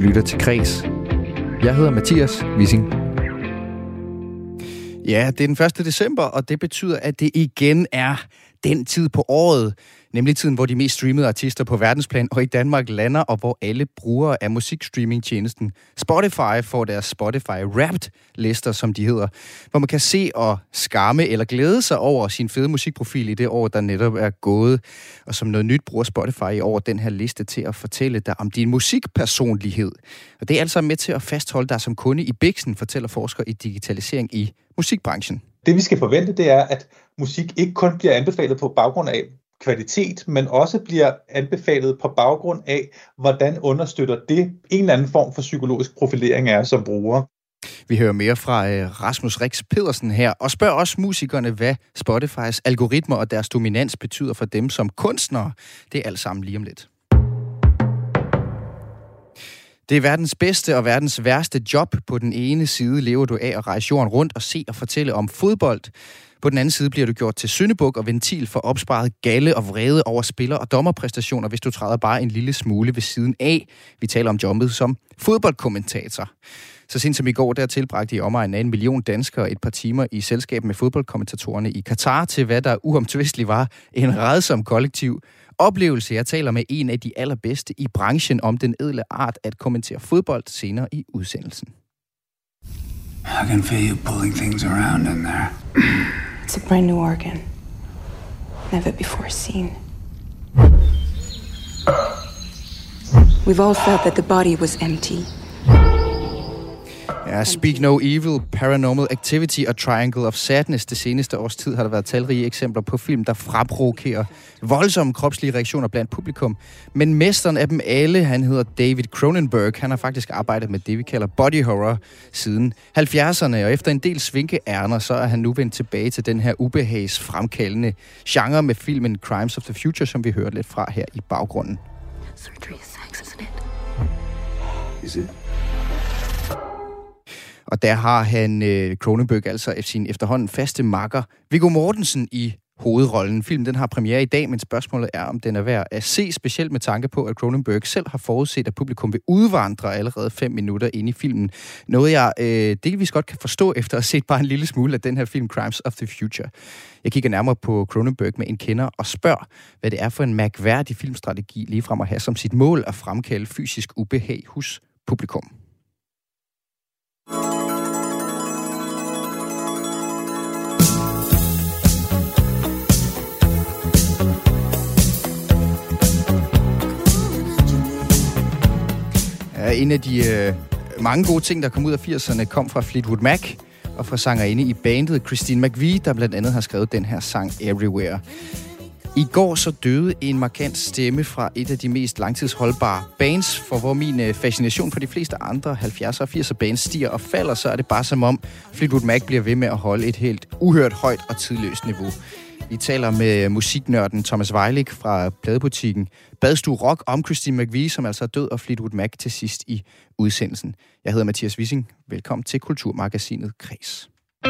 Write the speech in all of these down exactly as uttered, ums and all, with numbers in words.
lytter til Kreds. Jeg hedder Mathias Wissing. Ja, det er den første december, og det betyder, at det igen er den tid på året, nemlig tiden, hvor de mest streamede artister på verdensplan og i Danmark lander, og hvor alle brugere af musikstreamingtjenesten Spotify får deres Spotify Wrapped-lister, som de hedder, hvor man kan se og skamme eller glæde sig over sin fede musikprofil i det år, der netop er gået. Og som noget nyt bruger Spotify i år den her liste til at fortælle dig om din musikpersonlighed. Og det er altså med til at fastholde dig som kunde i biksen, fortæller forsker i digitalisering i musikbranchen. Det vi skal forvente, det er, at musik ikke kun bliver anbefalet på baggrund af kvalitet, men også bliver anbefalet på baggrund af, hvordan understøtter det en eller anden form for psykologisk profilering af som bruger. Vi hører mere fra Rasmus Rix Pedersen her, og spørger også musikerne, hvad Spotifys algoritmer og deres dominans betyder for dem som kunstnere. Det er alt sammen lige om lidt. Det er verdens bedste og verdens værste job. På den ene side lever du af at rejse jorden rundt og se og fortælle om fodbold. På den anden side bliver du gjort til syndebuk og ventil for opsparet galle og vrede over spiller- og dommerpræstationer, hvis du træder bare en lille smule ved siden af. Vi taler om jobbet som fodboldkommentator. Så sent som i går, der tilbragte i omegnen af en million danskere et par timer i selskab med fodboldkommentatorerne i Katar til, hvad der uomtvisteligt var en rædsom kollektiv oplevelse. Jeg taler med en af de allerbedste i branchen om den ædle art at kommentere fodbold senere i udsendelsen. I can feel you pulling things around in there. It's a brand new organ. Never before seen. We've all felt that the body was empty. Ja, Speak No Evil, Paranormal Activity og Triangle of Sadness. Det seneste års tid har der været talrige eksempler på film, der fraprovokerer voldsomme kropslige reaktioner blandt publikum. Men mesteren af dem alle, han hedder David Cronenberg. Han har faktisk arbejdet med det, vi kalder body horror siden halvfjerdserne. Og efter en del svinkeærner, så er han nu vendt tilbage til den her ubehagsfremkaldende genre med filmen Crimes of the Future, som vi hørte lidt fra her i baggrunden. Surgery is sex, isn't it? Is it? Og der har han øh, Cronenberg altså sin efterhånden faste makker Viggo Mortensen i hovedrollen. Filmen den har premiere i dag, men spørgsmålet er, om den er værd at se, specielt med tanke på, at Cronenberg selv har forudset, at publikum vil udvandre allerede fem minutter inde i filmen. Noget jeg øh, delvis godt kan forstå efter at have set bare en lille smule af den her film Crimes of the Future. Jeg kigger nærmere på Cronenberg med en kender og spørger, hvad det er for en mærkværdig filmstrategi ligefrem at have som sit mål at fremkalde fysisk ubehag hos publikum. En af de øh, mange gode ting, der kom ud af firserne, kom fra Fleetwood Mac og fra sangerinde i bandet Christine McVie, der blandt andet har skrevet den her sang Everywhere. I går så døde en markant stemme fra et af de mest langtidsholdbare bands, for hvor min øh, fascination for de fleste andre halvfjerdser og firser bands stiger og falder, så er det bare som om Fleetwood Mac bliver ved med at holde et helt uhørt højt og tidløst niveau. Vi taler med musiknørden Thomas Weilig fra pladebutikken Badstue Rock om Christine McVie, som altså er død, og Fleetwood Mac til sidst i udsendelsen. Jeg hedder Mathias Wissing. Velkommen til Kulturmagasinet Kreds.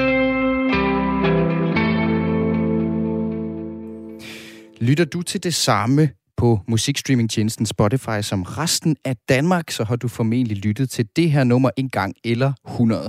Lytter du til det samme på musikstreamingtjenesten Spotify som resten af Danmark, så har du formentlig lyttet til det her nummer en gang eller hundrede.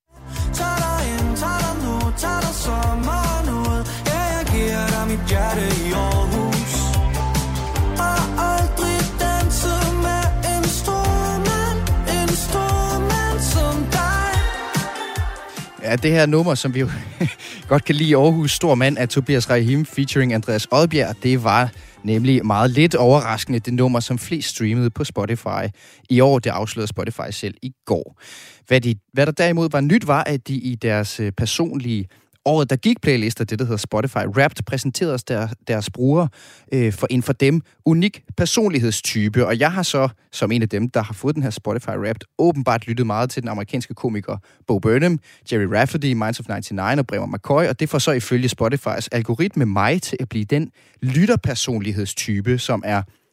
Mit hjerte i Aarhus og aldrig danse med en stor mand, en stor mand som dig. Ja, det her nummer, som vi jo godt kan lide i Aarhus, Stor Mand af Tobias Rahim featuring Andreas Odbjerg, det var nemlig meget lidt overraskende det nummer, som flest streamede på Spotify i år. Det afslørede Spotify selv i går. Hvad, de, hvad der derimod var nyt, var, at de i deres personlige året, der gik playlister, det der hedder Spotify Wrapped, præsenterede der, deres brugere øh, for en for dem unik personlighedstype. Og jeg har så, som en af dem, der har fået den her Spotify Wrapped, åbenbart lyttet meget til den amerikanske komiker Bo Burnham, Jerry Rafferty, Minds of nioghalvfems og Bremer McCoy, og det får så ifølge Spotifys algoritme mig til at blive den lytterpersonlighedstype, som er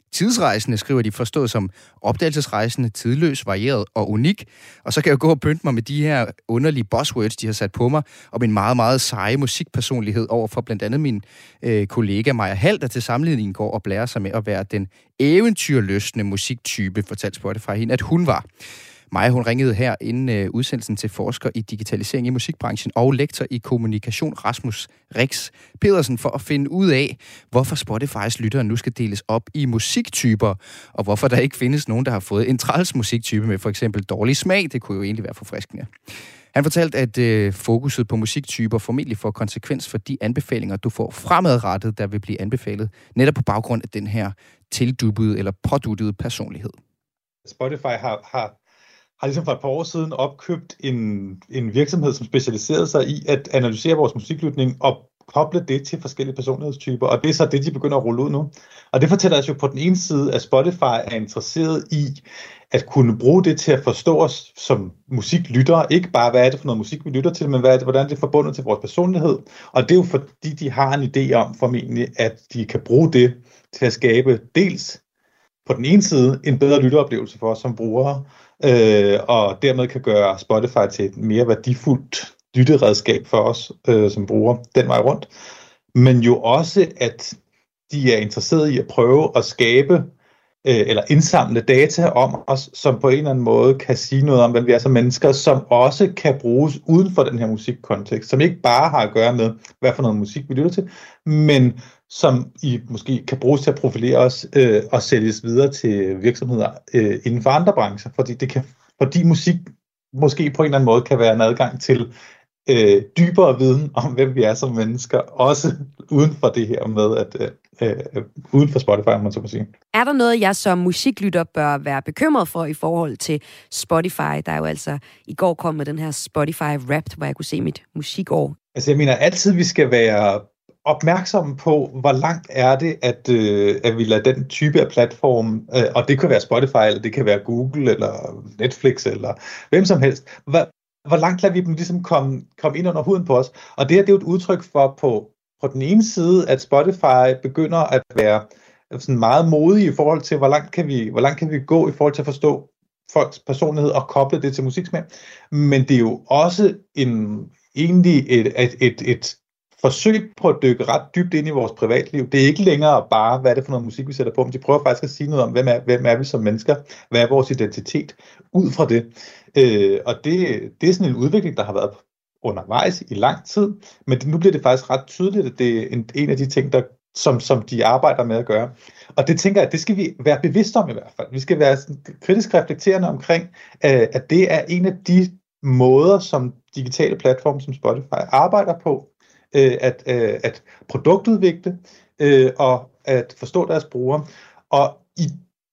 tidsrejsende, skriver de, forstået som opdagelsesrejsende, tidløs, varieret og unik. Og så kan jeg jo gå og pynte mig med de her underlige buzzwords, de har sat på mig, om en meget, meget seje musikpersonlighed over for blandt andet min øh, kollega Maja Hall, der til sammenligning går og blærer sig med at være den eventyrlystne musiktype, fortalte Spotify hende, at hun var. Maja, hun ringede her inden øh, udsendelsen til forsker i digitalisering i musikbranchen og lektor i kommunikation Rasmus Rix Pedersen for at finde ud af, hvorfor Spotifys lyttere nu skal deles op i musiktyper, og hvorfor der ikke findes nogen, der har fået en træls musiktype med for eksempel dårlig smag. Det kunne jo egentlig være forfriskende. Han fortalte, at øh, fokuset på musiktyper formentlig får konsekvens for de anbefalinger, du får fremadrettet, der vil blive anbefalet netop på baggrund af den her tildubbede eller påduttede personlighed. Spotify har, har har ligesom for et par år siden opkøbt en, en virksomhed, som specialiserede sig i at analysere vores musiklytning og koble det til forskellige personlighedstyper, og det er så det, de begynder at rulle ud nu. Og det fortæller os jo på den ene side, at Spotify er interesseret i at kunne bruge det til at forstå os som musiklyttere. Ikke bare, hvad er det for noget musik, vi lytter til, men hvad er det, hvordan det er forbundet til vores personlighed. Og det er jo fordi, de har en idé om formentlig, at de kan bruge det til at skabe dels på den ene side en bedre lytteoplevelse for os som brugere, øh, og dermed kan gøre Spotify til et mere værdifuldt lytteredskab for os øh, som brugere den vej rundt. Men jo også, at de er interesserede i at prøve at skabe øh, eller indsamle data om os, som på en eller anden måde kan sige noget om, hvem vi er som mennesker, som også kan bruges uden for den her musikkontekst, som ikke bare har at gøre med, hvad for noget musik vi lytter til, men som I måske kan bruges til at profilere os øh, og sælges videre til virksomheder øh, inden for andre brancher, fordi det kan, fordi musik måske på en eller anden måde kan være en adgang til øh, dybere viden om, hvem vi er som mennesker, også uden for det her med, at øh, øh, uden for Spotify, om man så må sige. Er der noget, jeg som musiklytter bør være bekymret for i forhold til Spotify, der jo altså i går kom med den her Spotify Wrapped, hvor jeg kunne se mit musikår? Altså jeg mener altid, vi skal være opmærksomme på, hvor langt er det, at, øh, at vi lader den type af platform, øh, og det kan være Spotify, eller det kan være Google, eller Netflix, eller hvem som helst, hvor, hvor langt lader vi dem ligesom komme, komme ind under huden på os? Og det her, det er jo et udtryk for på, på den ene side, at Spotify begynder at være sådan meget modige i forhold til, hvor langt kan vi, hvor langt kan vi gå i forhold til at forstå folks personlighed og koble det til musiksmag. Men det er jo også en, egentlig et, et, et, et forsøg på at dykke ret dybt ind i vores privatliv. Det er ikke længere bare, hvad er det for noget musik, vi sætter på, men de prøver faktisk at sige noget om, hvem er, hvem er vi som mennesker, hvad er vores identitet ud fra det. Øh, og det, det er sådan en udvikling, der har været undervejs i lang tid, men det, nu bliver det faktisk ret tydeligt, at det er en, en af de ting, der, som, som de arbejder med at gøre. Og det tænker jeg, at det skal vi være bevidste om i hvert fald. Vi skal være sådan kritisk reflekterende omkring, øh, at det er en af de måder, som digitale platforme som Spotify arbejder på, At, at produktudvikle øh, og at forstå deres brugere. Og i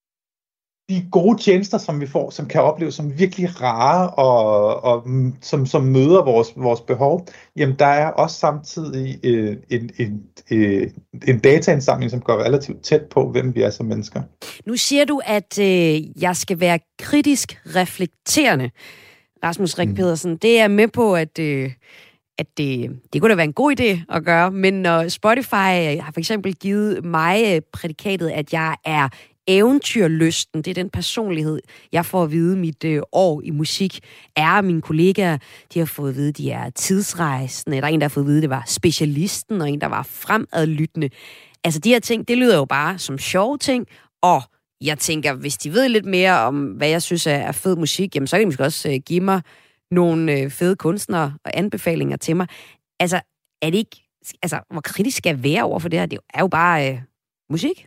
de gode tjenester, som vi får, som kan opleves som virkelig rare og, og som, som møder vores, vores behov, jamen der er også samtidig øh, en, en, øh, en dataindsamling, som går relativt tæt på, hvem vi er som mennesker. Nu siger du, at øh, jeg skal være kritisk reflekterende, Rasmus Rix Pedersen. Mm. Det er med på, at Øh at det, det kunne da være en god idé at gøre, men når Spotify har for eksempel givet mig prædikatet, at jeg er eventyrlysten, det er den personlighed, jeg får at vide mit øh, år i musik, er mine kollegaer, de har fået at vide, de er tidsrejsende, der er en, der har fået at vide, det var specialisten, og en, der var fremadlyttende. Altså de her ting, det lyder jo bare som sjove ting, og jeg tænker, hvis de ved lidt mere om, hvad jeg synes er fed musik, jamen så kan de måske også øh, give mig nogle øh, fede kunstnere og anbefalinger til mig. Altså, er det ikke... Altså, hvor kritisk skal jeg være over for det her? Det er jo bare øh, musik.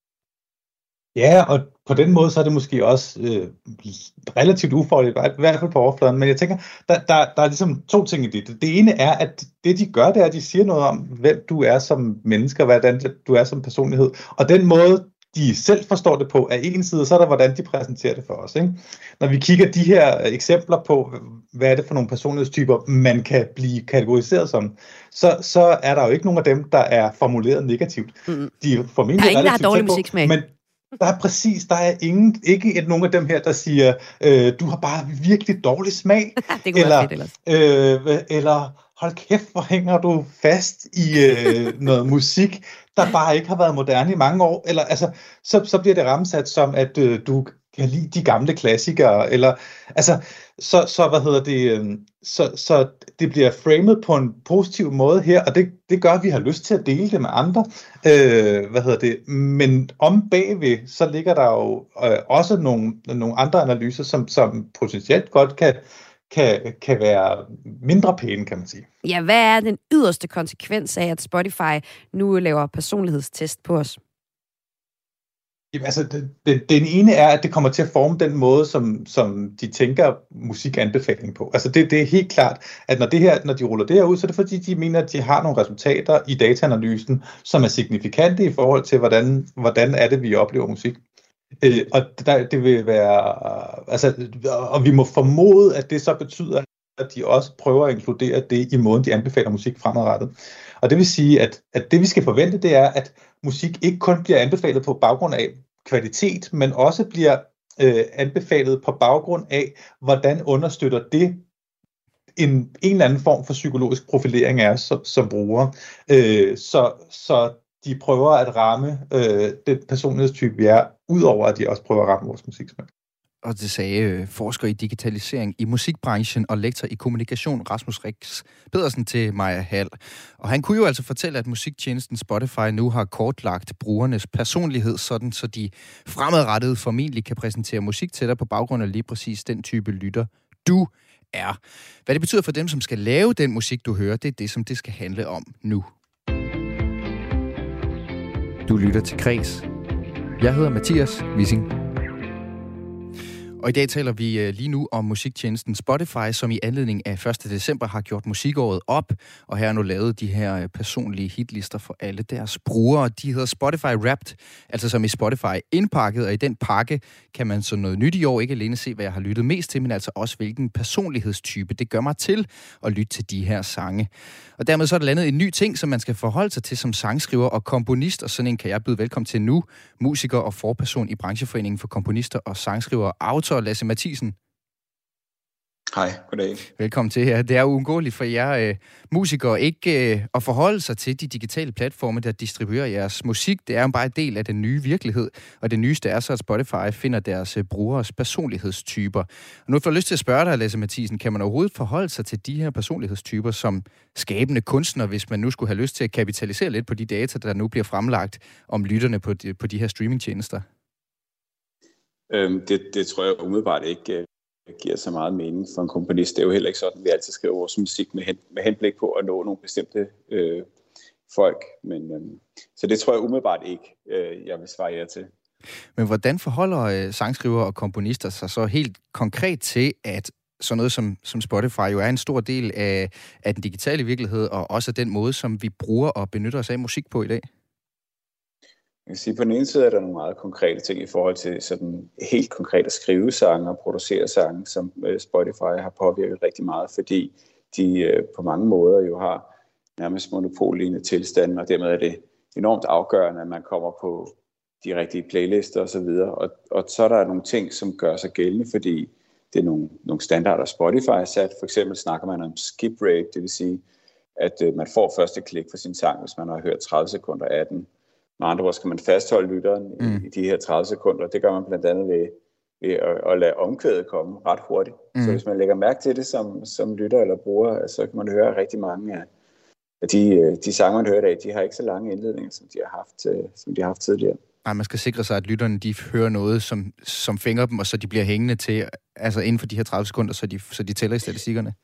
Ja, og på den måde, så er det måske også øh, relativt ufarligt, i hvert fald på overfladen. Men jeg tænker, der, der, der er ligesom to ting i det. Det ene er, at det de gør, det er, at de siger noget om, hvem du er som menneske, og hvordan du er som personlighed. Og den måde, de selv forstår det på, er en side, og så er der, hvordan de præsenterer det for os. Ikke? Når vi kigger de her eksempler på, hvad er det for nogle personlighedstyper, man kan blive kategoriseret som, så, så er der jo ikke nogen af dem, der er formuleret negativt. Mm. De er formentlig der er ingen, der har dårlig musiksmag. Men der er præcis, der er ingen, ikke et, nogen af dem her, der siger, øh, du har bare virkelig dårlig smag, det kunne eller, være fedt, øh, eller hold kæft, hvor hænger du fast i øh, noget musik, der bare ikke har været moderne i mange år. Eller, altså, så, så bliver det rammesat som, at øh, du kan lide de gamle klassikere. Eller, altså, så, så, hvad hedder det, øh, så, så det bliver framet på en positiv måde her, og det, det gør, at vi har lyst til at dele det med andre. Øh, hvad hedder det? Men om bagved, så ligger der jo øh, også nogle, nogle andre analyser, som, som potentielt godt kan Kan, kan være mindre pæne, kan man sige. Ja, hvad er den yderste konsekvens af, at Spotify nu laver personlighedstest på os? Jamen, altså, det, det, den ene er, at det kommer til at forme den måde, som, som de tænker musikanbefaling på. Altså, det, det er helt klart, at når, det her, når de ruller det her ud, så er det fordi, de mener, at de har nogle resultater i dataanalysen, som er signifikante i forhold til, hvordan, hvordan er det, vi oplever musik. Øh, og der, det vil være, altså, og vi må formode, at det så betyder, at de også prøver at inkludere det i måden, de anbefaler musik fremadrettet. Og det vil sige, at, at det vi skal forvente, det er, at musik ikke kun bliver anbefalet på baggrund af kvalitet, men også bliver øh, anbefalet på baggrund af, hvordan understøtter det en, en eller anden form for psykologisk profilering af os som, som brugere. Øh, så, så de prøver at ramme øh, den personlighedstype, vi er, udover at de også prøver at ramme vores musiksmag. Og det sagde øh, forsker i digitalisering i musikbranchen og lektor i kommunikation Rasmus Rix Pedersen til Maja Hall. Og han kunne jo altså fortælle, at musiktjenesten Spotify nu har kortlagt brugernes personlighed, sådan så de fremadrettet formentlig kan præsentere musik til dig på baggrund af lige præcis den type lytter, du er. Hvad det betyder for dem, som skal lave den musik, du hører, det er det, som det skal handle om nu. Du lytter til Kreds. Jeg hedder Mathias Wissing. Og i dag taler vi lige nu om musiktjenesten Spotify, som i anledning af første december har gjort musikåret op, og her er nu lavet de her personlige hitlister for alle deres brugere. De hedder Spotify Wrapped, altså som i Spotify indpakket, og i den pakke kan man så noget nyt i år ikke alene se, hvad jeg har lyttet mest til, men altså også hvilken personlighedstype det gør mig til at lytte til de her sange. Og dermed så er der landet en ny ting, som man skal forholde sig til som sangskriver og komponist, og sådan en kan jeg byde velkommen til nu, musiker og forperson i Brancheforeningen for Komponister og Sangskrivere, autor Lasse Mathisen. Hej, goddag. Velkommen til her. Det er uundgåeligt for jer øh, musikere ikke øh, at forholde sig til de digitale platforme, der distribuerer jeres musik. Det er jo bare en del af den nye virkelighed, og det nyeste er så, at Spotify finder deres øh, brugeres personlighedstyper. Og nu får jeg lyst til at spørge dig, Lasse Mathisen, kan man overhovedet forholde sig til de her personlighedstyper som skabende kunstner, hvis man nu skulle have lyst til at kapitalisere lidt på de data, der nu bliver fremlagt om lytterne på de, på de her streamingtjenester? Øhm, det, det tror jeg umiddelbart ikke øh, giver så meget mening for en komponist. Det er jo heller ikke sådan, at vi altid skriver vores musik med, hen, med henblik på at nå nogle bestemte øh, folk. Men, øh, så det tror jeg umiddelbart ikke, øh, jeg vil svare jer til. Men hvordan forholder øh, sangskriver og komponister sig så helt konkret til, at sådan noget som, som Spotify jo er en stor del af, af den digitale virkelighed, og også den måde, som vi bruger og benytter os af musik på i dag? Jeg kan sige, på den ene side er der nogle meget konkrete ting i forhold til sådan helt konkret at skrive sange og producere sange, som Spotify har påvirket rigtig meget, fordi de på mange måder jo har nærmest monopollignende tilstande, og dermed er det enormt afgørende, at man kommer på de rigtige playlister osv. Og, og så er der nogle ting, som gør sig gældende, fordi det er nogle, nogle standarder, Spotify har sat. For eksempel snakker man om skip rate, det vil sige, at man får første klik for sin sang, hvis man har hørt tredive sekunder af den. Med andre ord skal man fastholde lytteren mm. i, i de her tredive sekunder. Det gør man blandt andet ved, ved at, at lade omkvædet komme ret hurtigt. Mm. Så hvis man lægger mærke til det som, som lytter eller bruger, så kan man høre rigtig mange af, af de, de sange, man hører i dag. De har ikke så lange indledninger, som de har haft, som de har haft tidligere. Nej, man skal sikre sig, at lytterne de hører noget, som, som fænger dem, og så de bliver hængende til, altså inden for de her tredive sekunder, så de, så de tæller i statistikkerne.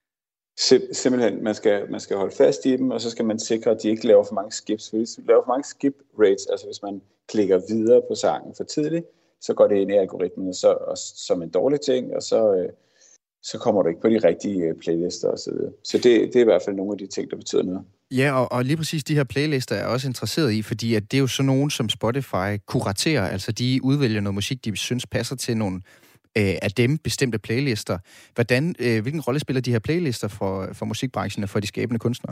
Sim- simpelthen, man skal, man skal holde fast i dem, og så skal man sikre, at de ikke laver for mange skips. Hvis de laver for mange skip rates, altså hvis man klikker videre på sangen for tidligt, så går det ind i algoritmen så, og, som en dårlig ting, og så, øh, så kommer du ikke på de rigtige playlister osv. Så, så det, det er i hvert fald nogle af de ting, der betyder noget. Ja, og, og lige præcis de her playlister er jeg også interesseret i, fordi at det er jo sådan nogen, som Spotify kuraterer, altså de udvælger noget musik, de synes passer til nogle af dem bestemte playlister. Hvordan, øh, hvilken rolle spiller de her playlister for, for musikbranchen og for de skabende kunstnere?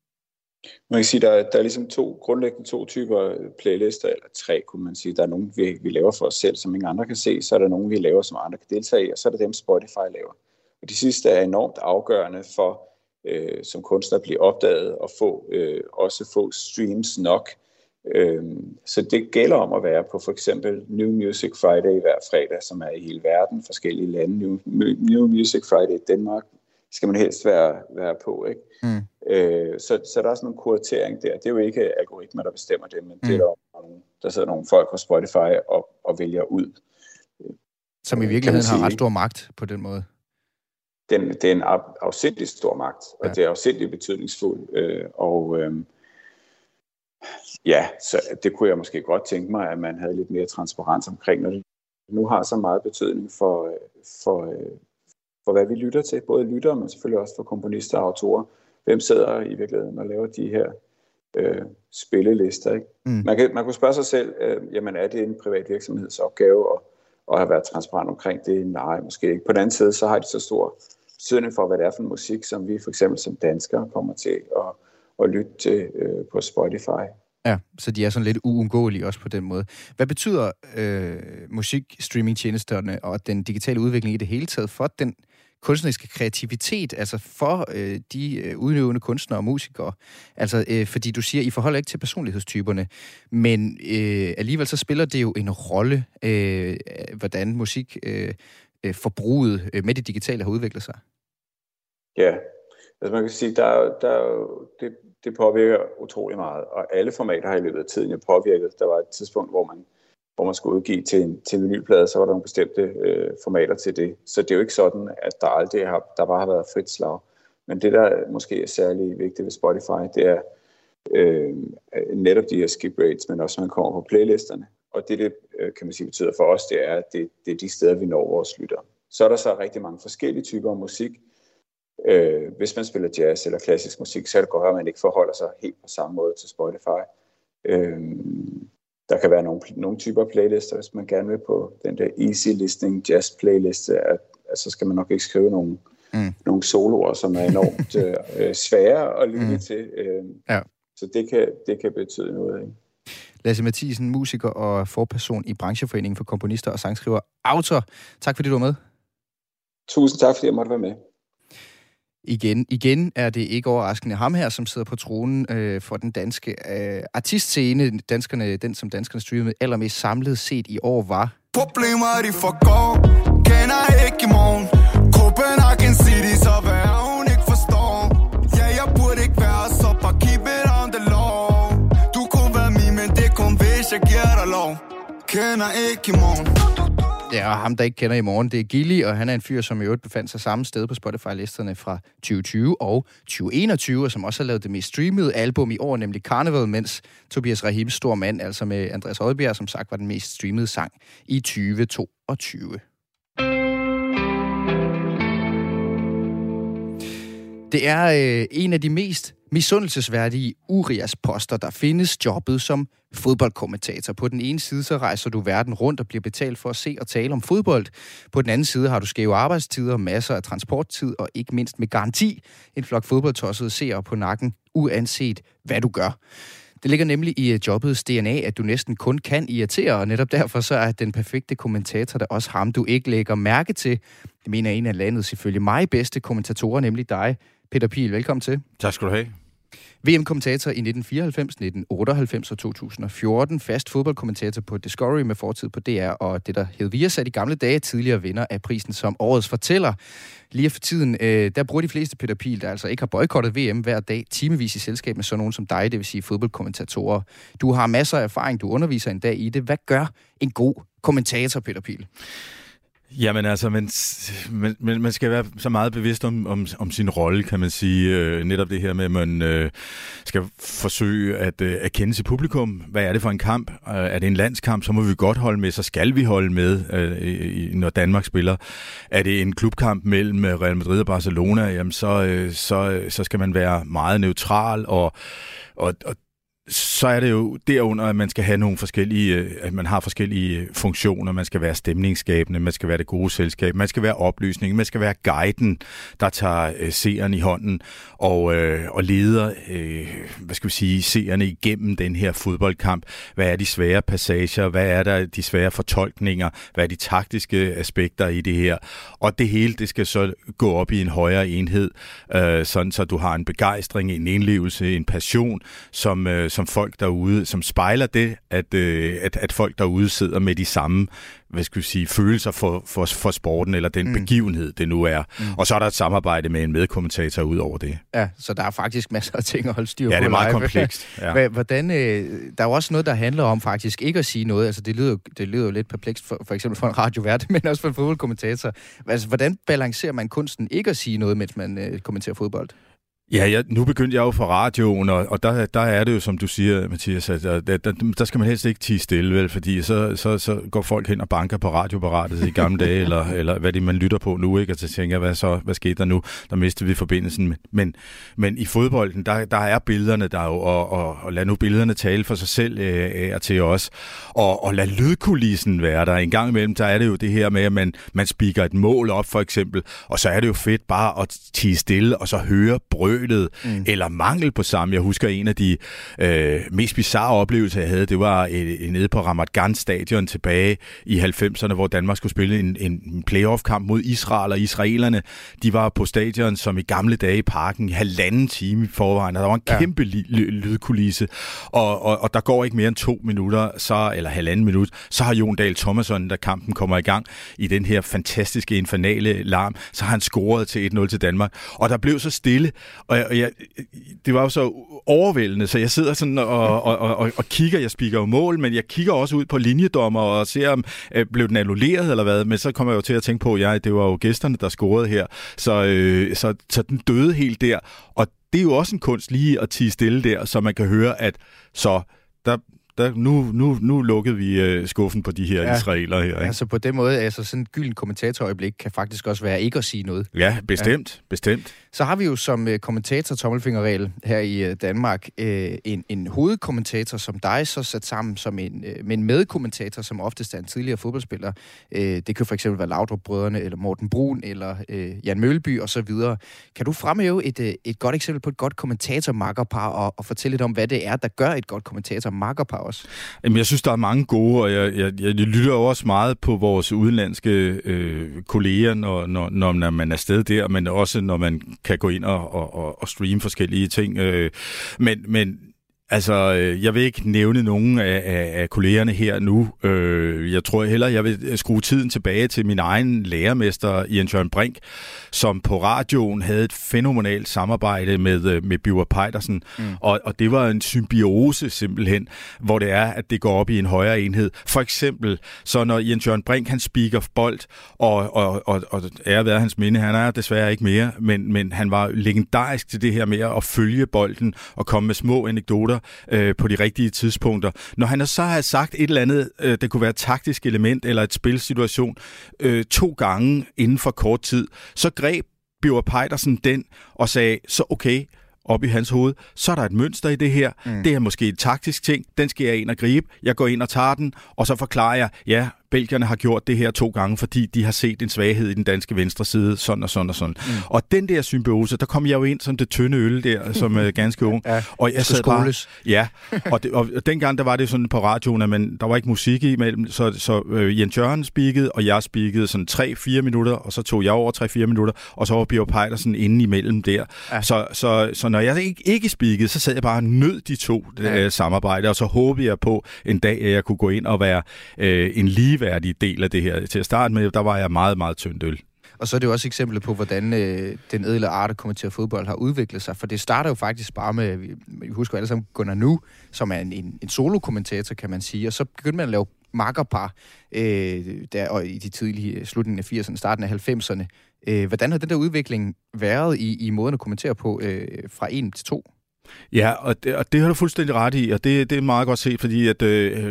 Man kan sige, der, der er ligesom to, grundlæggende to typer playlister, eller tre, kunne man sige. Der er nogle, vi, vi laver for os selv, som ingen andre kan se, så er der nogle, vi laver, som andre kan deltage i, og så er der dem, Spotify laver. Og de sidste er enormt afgørende for, øh, som kunstner blive opdaget og få, øh, også få streams nok. Øh, så det gælder om at være på for eksempel New Music Friday hver fredag, som er i hele verden, forskellige lande. New, New Music Friday i Danmark skal man helst være, være på, ikke? Mm. Øh, så, så der er sådan en kuratering der. Det er jo ikke algoritmer, der bestemmer det, men mm. det er der, nogle, der sidder nogle folk på Spotify og, og vælger ud. Som i virkeligheden har ret stor magt på den måde. Den, det er en af, afsindig stor magt, og ja. Det er afsindig betydningsfuldt. Øh, og øh, ja, så det kunne jeg måske godt tænke mig, at man havde lidt mere transparens omkring, når det nu har så meget betydning for, for, for hvad vi lytter til. Både lyttere, men selvfølgelig også for komponister og autorer. Hvem sidder i virkeligheden og laver de her øh, spillelister, ikke? Mm. Man, kan, man kunne spørge sig selv, øh, jamen er det en privat virksomhedsopgave at, at have været transparent omkring det? Nej, måske ikke. På den anden side, så har de så stor betydning for, hvad det er for en musik, som vi for eksempel som danskere kommer til at, at lytte til øh, på Spotify. Ja, så de er sådan lidt uundgåelige også på den måde. Hvad betyder øh, musikstreamingtjenesterne og den digitale udvikling i det hele taget for den kunstneriske kreativitet, altså for øh, de øh, udøvende kunstnere og musikere? Altså, øh, fordi du siger, I forholder ikke til personlighedstyperne, men øh, alligevel så spiller det jo en rolle, øh, hvordan musikforbruget øh, øh, med det digitale har udviklet sig. Ja, altså man kan sige, der, der, det, det påvirker utrolig meget, og alle formater har i løbet af tiden jo påvirket. Der var et tidspunkt, hvor man hvor man skulle udgive til en, til en vinylplade, så var der nogle bestemte øh, formater til det. Så det er jo ikke sådan, at der aldrig har, der bare har været frit slag. Men det, der måske er særlig vigtigt ved Spotify, det er øh, netop de her skip rates, men også når man kommer på playlisterne. Og det, det kan man sige betyder for os, det er, at det, det er de steder, vi når vores lyttere. Så er der så rigtig mange forskellige typer af musik. Øh, hvis man spiller jazz eller klassisk musik, så er det godt, at man ikke forholder sig helt på samme måde til Spotify. Øh, Der kan være nogle, nogle typer playlister, hvis man gerne vil på den der easy listening jazz playliste, at, at så skal man nok ikke skrive nogle, mm. nogle soloer, som er enormt øh, svære at lytte mm. til. Øh, ja. Så det kan, det kan betyde noget. Ikke? Lasse Mathisen, musiker og forperson i Brancheforeningen for Komponister og Sangskriver Autor. Tak fordi du var med. Tusind tak, fordi jeg måtte være med. Igen, igen er det ikke overraskende ham her, som sidder på tronen øh, for den danske øh, artistscene. Danskerne, den, som danskerne streamede allermest samlet set i år, var... Problemer, de forgår, kender ikke i morgen. Copenhagen City, så hvad hun ikke forstår. Ja, jeg burde ikke være så, bare keep it on the law. Du kunne være min, men det kun hvis jeg giver dig lov. Kender ikke i morgen. Ja, og ham, der ikke kender i morgen, det er Gilly, og han er en fyr, som i øvrigt befandt sig samme sted på Spotify-listerne fra tyve tyve og tyve enogtyve, og som også har lavet det mest streamede album i år, nemlig Carnival, mens Tobias Rahims Stor Mand, altså med Andreas Odbjerg, som sagt var den mest streamede sang i tyve toogtyve. Det er øh, en af de mest misundelsesværdige Urias-poster, der findes, jobbet som fodboldkommentator. På den ene side så rejser du verden rundt og bliver betalt for at se og tale om fodbold. På den anden side har du skæve arbejdstider, masser af transporttid og ikke mindst med garanti en flok fodboldtossede seere på nakken, uanset hvad du gør. Det ligger nemlig i jobbets D N A, at du næsten kun kan irritere, og netop derfor så er den perfekte kommentator der også ham, du ikke lægger mærke til. Det mener en af landets selvfølgelig mig bedste kommentatorer, nemlig dig, Peter Pihl. Velkommen til. Tak skal du have. V M-kommentator i nitten fireoghalvfems, nitten otteoghalvfems og to tusind og fjorten. Fast fodboldkommentator på Discovery med fortid på D R, og det, der hed Viasat i gamle dage, tidligere vinder af prisen som årets fortæller. Lige for tiden, øh, der bruger de fleste Peter Pihl, der altså ikke har boykottet V M hver dag, timevis i selskab med sådan nogen som dig, det vil sige fodboldkommentatorer. Du har masser af erfaring, du underviser en dag i det. Hvad gør en god kommentator, Peter Pihl? Jamen altså, man, man, man skal være så meget bevidst om, om, om sin rolle, kan man sige. Øh, netop det her med, at man øh, skal forsøge at, øh, at kende sit publikum. Hvad er det for en kamp? Øh, er det en landskamp, så må vi godt holde med, så skal vi holde med, øh, når Danmark spiller. Er det en klubkamp mellem Real Madrid og Barcelona, jamen så, øh, så, så skal man være meget neutral og, og, og så er det jo derunder, at man skal have nogle forskellige, at man har forskellige funktioner. Man skal være stemningsskabende, man skal være det gode selskab, man skal være oplysning, man skal være guiden, der tager øh, seeren i hånden og, øh, og leder, øh, hvad skal vi sige, seerne igennem den her fodboldkamp. Hvad er de svære passager? Hvad er der de svære fortolkninger? Hvad er de taktiske aspekter i det her? Og det hele, det skal så gå op i en højere enhed, øh, sådan så du har en begejstring, en indlevelse, en passion, som øh, som folk derude, som spejler det, at, øh, at, at folk derude sidder med de samme, hvad skal vi sige, følelser for, for, for sporten, eller den mm. begivenhed, det nu er. Mm. Og så er der et samarbejde med en medkommentator ud over det. Ja, så der er faktisk masser af ting at holde styr på. Ja, det er meget live. komplekst. Ja. Hvordan, øh, der er jo også noget, der handler om faktisk ikke at sige noget. Altså, det lyder, det lyder jo lidt perplekst, for, for eksempel for en radiovært, men også for en fodboldkommentator. Altså, hvordan balancerer man kunsten ikke at sige noget, mens man øh, kommenterer fodbold? Ja, jeg, nu begyndte jeg jo for radioen, og, og der, der er det jo, som du siger, Mathias, at der, der, der skal man helst ikke tie stille, vel, fordi så, så, så går folk hen og banker på radioapparatet i gamle dage, eller, eller hvad det man lytter på nu, ikke? Og så tænker jeg, hvad så, hvad skete der nu? Der mistede vi forbindelsen. Men, men i fodbolden, der, der er billederne der jo, og, og, og lad nu billederne tale for sig selv øh, og til os, og, og lad lydkulissen være der. En gang imellem, der er det jo det her med, at man, man speaker et mål op, for eksempel, og så er det jo fedt bare at tie stille, og så høre brød, Mm. eller mangel på samme. Jeg husker en af de øh, mest bizarre oplevelser, jeg havde, det var øh, nede på Ramat Gan stadion tilbage i halvfemserne, hvor Danmark skulle spille en, en playoff-kamp mod Israel, og israelerne, de var på stadion som i gamle dage i parken i halvanden time i forvejen, og der var en ja. kæmpe li- lydkulisse, og, og, og der går ikke mere end to minutter, så, eller halvanden minut, så har Jon Dahl Tomasson, da kampen kommer i gang, i den her fantastiske infernale larm, så har han scoret til et nul til Danmark, og der blev så stille, og Og jeg, det var jo så overvældende, så jeg sidder sådan og, og, og, og kigger, jeg spiker jo mål, men jeg kigger også ud på linjedommer og ser, om øh, blev den annulleret eller hvad, men så kommer jeg jo til at tænke på, at ja, det var jo gæsterne, der scorede her, så, øh, så, så den døde helt der, og det er jo også en kunst lige at tie stille der, så man kan høre, at så der... Der, nu, nu, nu lukkede vi øh, skuffen på de her ja. israelere her. Ikke? Altså på den måde, altså sådan et gylden kommentatorøjeblik kan faktisk også være ikke at sige noget. Ja, bestemt, ja. bestemt. Så har vi jo som øh, kommentator tommelfingerregel her i øh, Danmark øh, en, en hovedkommentator som dig, så sat sammen som en, øh, med en medkommentator, som oftest er en tidligere fodboldspiller. Øh, det kan for eksempel være Laudrup-brødrene, eller Morten Brun, eller øh, Jan Mølby og så videre. Kan du fremhæve et, øh, et godt eksempel på et godt kommentator-makkerpar, og, og fortælle lidt om, hvad det er, der gør et godt kommentator-makkerpar også? Jamen, jeg synes, der er mange gode, og jeg, jeg, jeg lytter også meget på vores udenlandske øh, kolleger, når, når, når man er afsted der, men også når man kan gå ind og, og, og streame forskellige ting. Øh, men, men altså, jeg vil ikke nævne nogen af, af, af kollegerne her nu. Øh, jeg tror heller, jeg vil skrue tiden tilbage til min egen lærermester, Jens Jørgen Brink, som på radioen havde et fænomenalt samarbejde med, med Birger Peitersen. Mm. Og, og det var en symbiose simpelthen, hvor det er, at det går op i en højere enhed. For eksempel, så når Jens Jørgen Brink, han speaker bold, og, og, og, og ære være hans minde, han er desværre ikke mere, men, men han var legendarisk til det her med at følge bolden og komme med små anekdoter øh, på de rigtige tidspunkter. Når han så har sagt et eller andet, øh, det kunne være et taktisk element eller et spilsituation, øh, to gange inden for kort tid, så greb Birger Peitersen den og sagde, så okay, op i hans hoved, så er der et mønster i det her. Mm. Det er måske et taktisk ting. Den skal jeg ind og gribe. Jeg går ind og tager den, og så forklarer jeg, ja, belgierne har gjort det her to gange, fordi de har set en svaghed i den danske venstre side, sådan og sådan og sådan. Mm. Og den der symbiose, der kom jeg jo ind som det tynde øl der, som uh, ganske ung. Ja, og jeg sad bare, ja, og, det, og dengang der var det sådan på radioen, at man, der var ikke musik imellem, så, så uh, Jens Jørgen speakede, og jeg speakede sådan tre fire minutter, og så tog jeg over tre fire minutter, og så var Birger Peitersen inde imellem der. Ja. Så, så, så når jeg ikke, ikke speakede, så sad jeg bare og nød de to ja. uh, samarbejder, og så håbede jeg på en dag, at jeg kunne gå ind og være uh, en lige værdig del af det her. Til at starte med, der var jeg meget, meget tyndt øl. Og så er det jo også eksempler på, hvordan øh, den ædle art at kommentere fodbold har udviklet sig. For det starter jo faktisk bare med, vi, vi husker alle sammen Gunnar Nu, som er en, en, en solo-kommentator, kan man sige. Og så begyndte man at lave makkerpar øh, der, og i de tidlige slutningen af firserne, starten af halvfemserne. Øh, hvordan har den der udvikling været i, i måden at kommentere på øh, fra en til to? Ja, og det, og det har du fuldstændig ret i, og det, det er meget godt set, fordi at øh,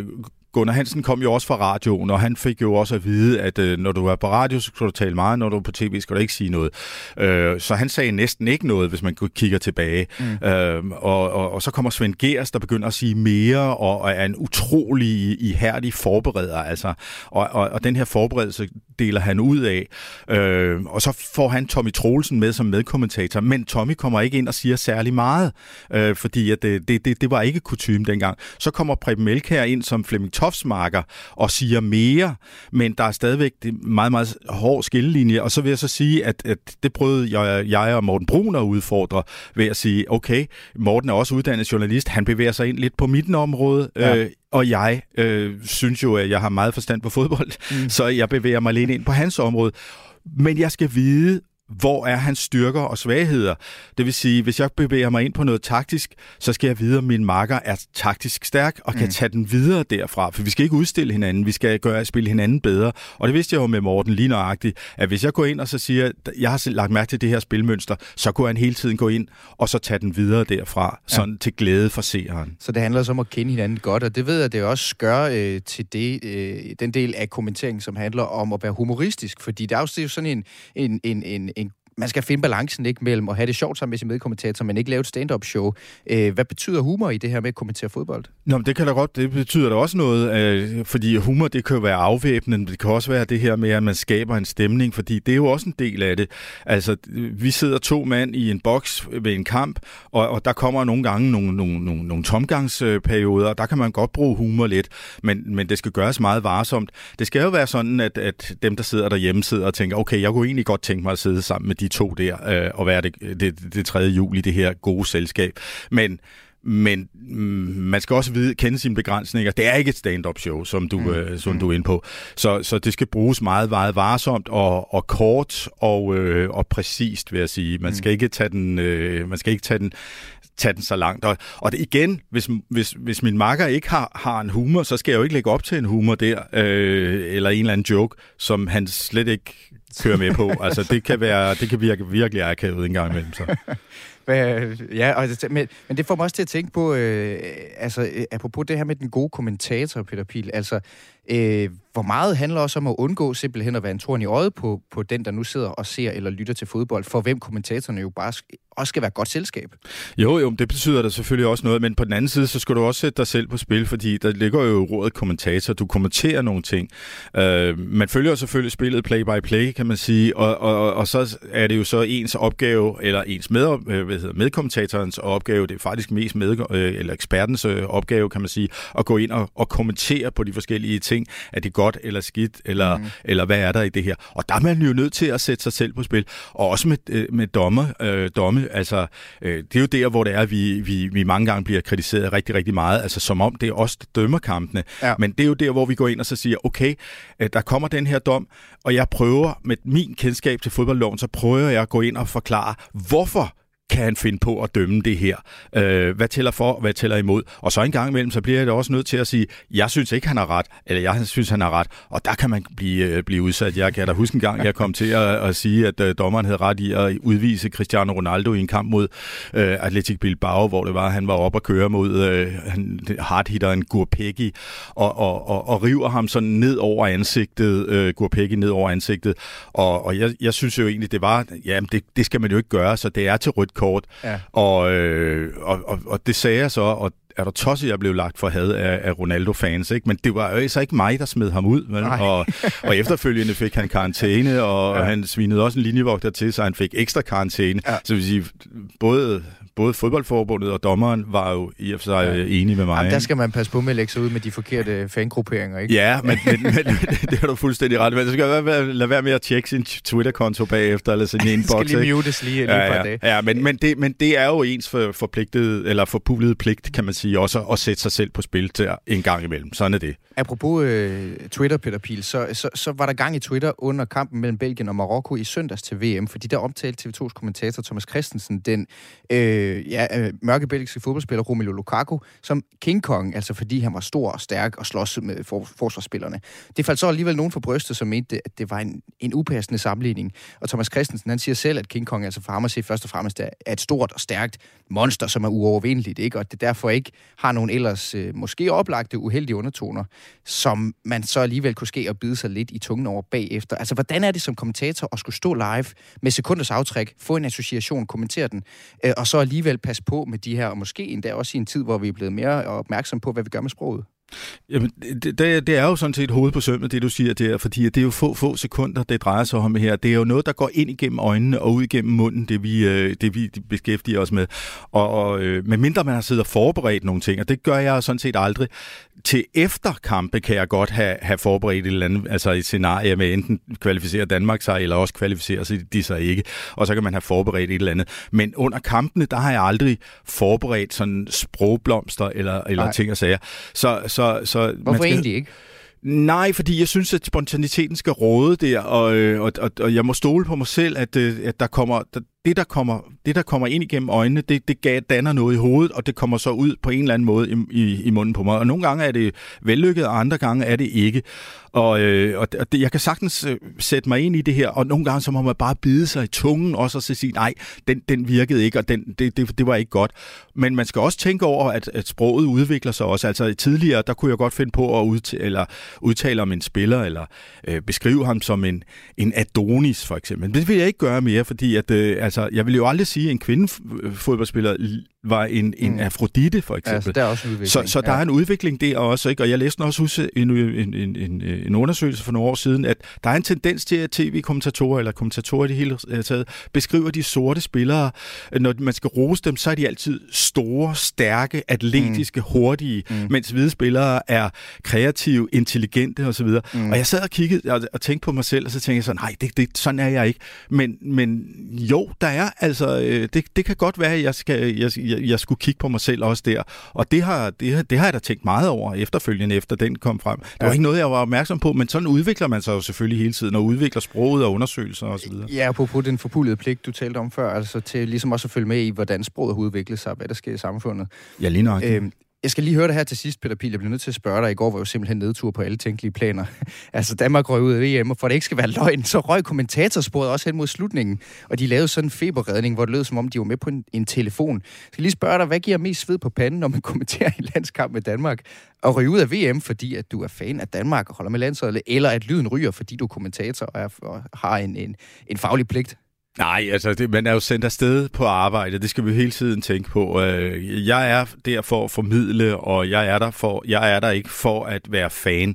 Gunnar Hansen kom jo også fra radioen, og han fik jo også at vide, at øh, når du er på radio, så skal du tale meget, når du er på tv, skal du ikke sige noget. Øh, så han sagde næsten ikke noget, hvis man kigger tilbage. Mm. Øh, og, og, og så kommer Svend Gers, der begynder at sige mere, og, og er en utrolig ihærdig forbereder. Altså. Og, og, og den her forberedelse deler han ud af. Øh, og så får han Tommy Troelsen med som medkommentator, men Tommy kommer ikke ind og siger særlig meget, øh, fordi at det, det, det, det var ikke kutyme dengang. Så kommer Preben Melkjær ind som Flemming Toftsmarker og siger mere, men der er stadigvæk meget, meget hård skillelinje, og så vil jeg så sige, at, at det prøvede jeg, jeg og Morten Brun at udfordre ved at sige, okay, Morten er også uddannet journalist, han bevæger sig ind lidt på mit område, ja. øh, og jeg øh, synes jo, at jeg har meget forstand på fodbold, mm. så jeg bevæger mig lidt ind på hans område. Men jeg skal vide, hvor er hans styrker og svagheder. Det vil sige, hvis jeg bevæger mig ind på noget taktisk, så skal jeg vide, om min makker er taktisk stærk og kan mm. tage den videre derfra. For vi skal ikke udstille hinanden, vi skal gøre spille hinanden bedre. Og det vidste jeg jo med Morten lige nøjagtigt, at hvis jeg går ind og så siger, jeg har lagt mærke til det her spilmønster, så kunne han hele tiden gå ind og så tage den videre derfra, ja. Sådan til glæde for seeren. Så det handler så om at kende hinanden godt, og det ved jeg, at det også gør øh, til det, øh, den del af kommenteringen, som handler om at være humoristisk, fordi der er jo sådan en, en, en, en En, man skal finde balancen ikke mellem at have det sjovt sammen med sin medkommentator, men ikke lave et stand-up show. Øh, hvad betyder humor i det her med at kommentere fodbold? Nå, men det kan da godt. Det betyder da også noget, øh, fordi humor, det kan jo være afvæbnende, men det kan også være det her med, at man skaber en stemning, fordi det er jo også en del af det. Altså, vi sidder to mand i en boks ved en kamp, og, og der kommer nogle gange nogle, nogle, nogle, nogle tomgangsperioder, og der kan man godt bruge humor lidt, men, men det skal gøres meget varsomt. Det skal jo være sådan, at, at dem, der sidder derhjemme, sidder og tænker, okay, jeg kunne egentlig godt tænke mig at sidde sammen med de to der, øh, og være det, det, det tredje juli, det her gode selskab. Men Men man skal også vide, kende sine begrænsninger. Det er ikke et stand-up show, som du, mm. øh, som du er inde på. Så, så det skal bruges meget, meget varsomt og, og kort og, øh, og præcist, vil jeg sige. Man skal mm. ikke tage den, øh, man skal ikke tage den, tage den så langt. Og, og det, igen, hvis, hvis, hvis min makker ikke har, har en humor, så skal jeg jo ikke lægge op til en humor der, øh, eller en eller anden joke, som han slet ikke kører med på. Altså, det kan være, det kan virke virkelig akavet en gang imellem, så. Ja, og det, men, men det får mig også til at tænke på, øh, altså, øh, apropos det her med den gode kommentator, Peter Piel, altså, øh, hvor meget handler også om at undgå simpelthen at være en torn i øjet på, på den, der nu sidder og ser eller lytter til fodbold, for hvem kommentatorerne jo bare også skal være godt selskab. Jo, jo, det betyder da selvfølgelig også noget, men på den anden side, så skal du også sætte dig selv på spil, fordi der ligger jo ordet kommentator, du kommenterer nogle ting. Øh, man følger selvfølgelig spillet play by play, kan man sige, og, og, og så er det jo så ens opgave, eller ens med, hvad hedder, medkommentatorens opgave, det er faktisk mest med, eller ekspertens opgave, kan man sige, at gå ind og, og kommentere på de forskellige ting. Er det godt eller skidt, eller, mm. eller hvad er der i det her? Og der er man jo nødt til at sætte sig selv på spil. Og også med, med dommer, øh, domme, altså, øh, det er jo der, hvor det er, vi, vi, vi mange gange bliver kritiseret rigtig, rigtig meget, altså som om det er os, der dømmer kampene. Ja. Men det er jo der, hvor vi går ind og så siger, okay, øh, der kommer den her dom, og jeg prøver med min kendskab til fodboldloven, så prøver jeg at gå ind og forklare, hvorfor kan han finde på at dømme det her? Øh, hvad tæller for, hvad tæller imod? Og så en gang imellem, så bliver jeg da også nødt til at sige, jeg synes ikke, han har ret, eller jeg synes, han har ret. Og der kan man blive, blive udsat. Jeg kan da huske en gang, jeg kom til at, at sige, at uh, dommeren havde ret i at udvise Cristiano Ronaldo i en kamp mod uh, Athletic Bilbao, hvor det var, han var oppe at køre mod uh, hardhitteren Gurpegi, og, og, og, og river ham sådan ned over ansigtet, uh, Gurpegi ned over ansigtet. Og, og jeg, jeg synes jo egentlig, det var, jamen det, det skal man jo ikke gøre, så det er til rødt kort. Ja. Og, øh, og, og, og det sagde jeg så, og er der tosset, jeg blev lagt for had af, af Ronaldo-fans, ikke? Men det var jo så ikke mig, der smed ham ud. Og, og efterfølgende fik han karantæne, og ja. han svinede også en linjevogter til, så han fik ekstra karantæne. Ja. Så vil sige, både, både fodboldforbundet og dommeren var jo i og for sig ja. enige med mig. Jamen, der skal man passe på med at lægge sig ud med de forkerte fangrupperinger, ikke? Ja, men, men, men det har du fuldstændig ret. Man skal lade være med at tjekke sin Twitter-konto bagefter, eller sin inbox. Det skal lige mutes lige, lige ja, ja. dag. Ja, men, men, det, men det er jo ens for, forpligtet, eller forpulede pligt, kan man sige, også at sætte sig selv på spil til en gang imellem. Sådan er det. Apropos øh, Twitter, Peter Piel, så, så, så var der gang i Twitter under kampen mellem Belgien og Marokko i søndags til V M, fordi der omtalte T V to's kommentator Thomas Christensen den øh, ja, øh, mørke belgiske fodboldspiller Romelu Lukaku som King Kong, altså fordi han var stor og stærk og slås med for, forsvarsspillerne. Det faldt så alligevel nogen for brystet, som mente, at det var en, en upassende sammenligning. Og Thomas Christensen, han siger selv, at King Kong, altså for ham at se først og fremmest, er et stort og stærkt monster, som er uovervindeligt, ikke? Og det derfor ikke har nogen ellers øh, måske oplagte uheldige undertoner. som man så alligevel kunne ske at bide sig lidt i tungen over bagefter. Altså, hvordan er det som kommentator at skulle stå live med sekunders aftræk, få en association, kommentere den, øh, og så alligevel passe på med de her, og måske endda også i en tid, hvor vi er blevet mere opmærksom på, hvad vi gør med sproget? Jamen, det, det er jo sådan set hoved på sømmet, det du siger der, fordi det er jo få, få sekunder, det drejer sig om her. Det er jo noget, der går ind igennem øjnene og ud igennem munden, det vi, det vi beskæftiger os med. Og, og medmindre man har siddet og forberedt nogle ting, og det gør jeg sådan set aldrig. Til efter kampe kan jeg godt have, have forberedt et eller andet, altså et scenarie med enten kvalificere Danmark sig, eller også kvalificere sig de sig ikke. Og så kan man have forberedt et eller andet. Men under kampene, der har jeg aldrig forberedt sådan sprogblomster eller, eller ting og sager. Så, så, så Hvorfor skal... egentlig ikke? Nej, fordi jeg synes, at spontaniteten skal råde der, og, og, og, og jeg må stole på mig selv, at, at der kommer, det, der kommer, det, der kommer ind igennem øjnene, det, det danner noget i hovedet, og det kommer så ud på en eller anden måde i, i, i munden på mig. Og nogle gange er det vellykket, og andre gange er det ikke. Og, øh, og det, jeg kan sagtens øh, sætte mig ind i det her, og nogle gange så må man bare bide sig i tungen, også og så sige, nej, den, den virkede ikke, og den, det, det, det var ikke godt. Men man skal også tænke over, at, at sproget udvikler sig også. Altså tidligere, der kunne jeg godt finde på at udtale, eller, udtale om en spiller, eller øh, beskrive ham som en, en Adonis, for eksempel. Det vil jeg ikke gøre mere, fordi at, øh, altså, jeg vil jo aldrig sige, at en kvindefodboldspiller var en, en mm. Afrodite, for eksempel. Altså, der er også en udvikling. Så, så der ja. er en udvikling der også, ikke? Og jeg læste også huske en, en, en, en, en undersøgelse for nogle år siden, at der er en tendens til, at tv-kommentatorer, eller kommentatorer i det hele taget, beskriver de sorte spillere. Når man skal rose dem, så er de altid store, stærke, atletiske, mm. hurtige, mm. mens hvide spillere er kreative, intelligente osv. Mm. Og jeg sad og kiggede og, og tænkte på mig selv, og så tænkte jeg så, nej, det, det, sådan er jeg ikke. Men, men jo, der er altså, det, det kan godt være, at jeg, skal, jeg, jeg, jeg skulle kigge på mig selv også der. Og det har, det, det har jeg da tænkt meget over efterfølgende, efter den kom frem. Det var ja. ikke noget, jeg var opmærksom på, men sådan udvikler man sig jo selvfølgelig hele tiden, og udvikler sproget og undersøgelser osv. Ja, på den forpulede pligt, du talte om før, altså til ligesom også at følge med i, hvordan sproget har udviklet sig, hvad der sker i samfundet. Ja, lige nok. Øhm, Jeg skal lige høre det her til sidst, Peter Pihl. Jeg bliver nødt til at spørge dig. I går var jo simpelthen nedtur på alle tænkelige planer. Altså, Danmark røg ud af V M, og for det ikke skal være løgn, så røg kommentatorsporet også hen mod slutningen. Og de lavede sådan en feberredning, hvor det lød som om, de var med på en, en telefon. Jeg skal lige spørge dig, hvad giver mest sved på panden, når man kommenterer en landskamp med Danmark? At ryge ud af V M, fordi at du er fan af Danmark og holder med landsholdet, eller at lyden ryger, fordi du er kommentator og, er, og har en, en, en faglig pligt? Nej, altså, det, man er jo sendt afsted på arbejde, det skal vi hele tiden tænke på. Jeg er der for at formidle, og jeg er der, for, jeg er der ikke for at være fan.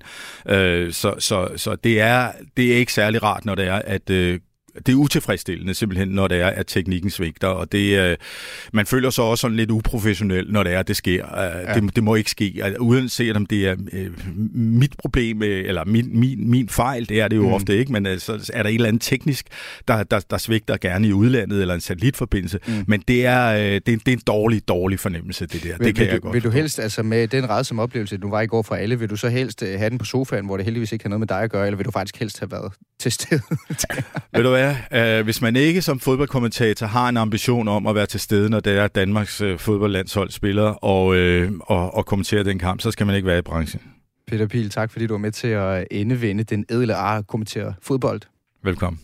Så, så, så det, er, det er ikke særlig rart, når det er, at det er utilfredsstillende simpelthen, når det er, at teknikken svigter, og det, øh, man føler sig også sådan lidt uprofessionel, når det er, at det sker. Ja. Det, det må ikke ske. Altså, uanset om det er øh, mit problem, eller min, min, min fejl, det er det jo mm. ofte ikke, men øh, så er der et eller andet teknisk, der, der, der svigter gerne i udlandet, eller en satellitforbindelse, mm. men det er, øh, det, er, det er en dårlig, dårlig fornemmelse, det der. Vil, det kan vil, jeg du, godt vil du forstå. helst, altså med den rædsomme oplevelse, du var i går fra alle, vil du så helst have den på sofaen, hvor det heldigvis ikke har noget med dig at gøre, eller vil du faktisk helst have været til stede? Ved du hvad? Uh, hvis man ikke som fodboldkommentator har en ambition om at være til stede, når det er Danmarks uh, fodboldlandshold spiller og, uh, og, og kommentere den kamp, så skal man ikke være i branchen. Peter Pihl, tak fordi du var med til at endevende den ædle ar at kommentere fodbold. Velkommen.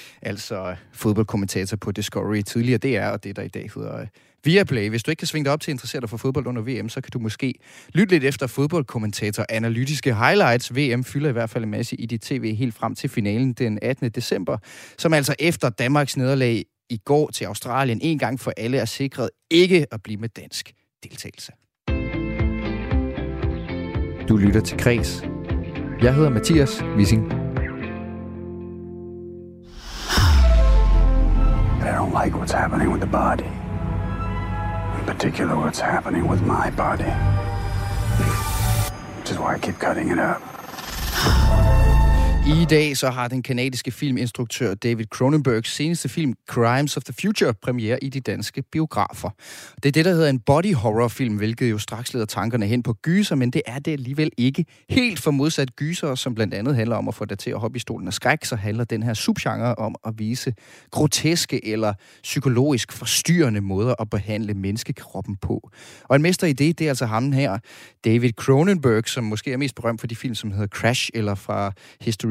Altså fodboldkommentator på Discovery, tidligere D R, og det der i dag hedder Viaplay. Hvis du ikke kan svinge dig op til at interessere dig for fodbold under V M, så kan du måske lytte lidt efter fodboldkommentator analytiske highlights. V M fylder i hvert fald en masse i dit tv helt frem til finalen den attende december, som altså efter Danmarks nederlag i går til Australien en gang for alle er sikret ikke at blive med dansk deltagelse. Du lytter til Kreds. Jeg hedder Mathias Wissing. I don't like what's happening with the body. In particular, what's happening with my body. Which is why I keep cutting it up. I dag så har den kanadiske filminstruktør David Cronenbergs seneste film Crimes of the Future premiere i de danske biografer. Det er det, der hedder en body horror film, hvilket jo straks leder tankerne hen på gyser, men det er det alligevel ikke. Helt for modsat gyser, som blandt andet handler om at få dig til at hoppe i stolen af skræk, så handler den her subgenre om at vise groteske eller psykologisk forstyrrende måder at behandle menneskekroppen på. Og en mester i det, det er altså ham her, David Cronenberg, som måske er mest berømt for de film, som hedder Crash eller fra History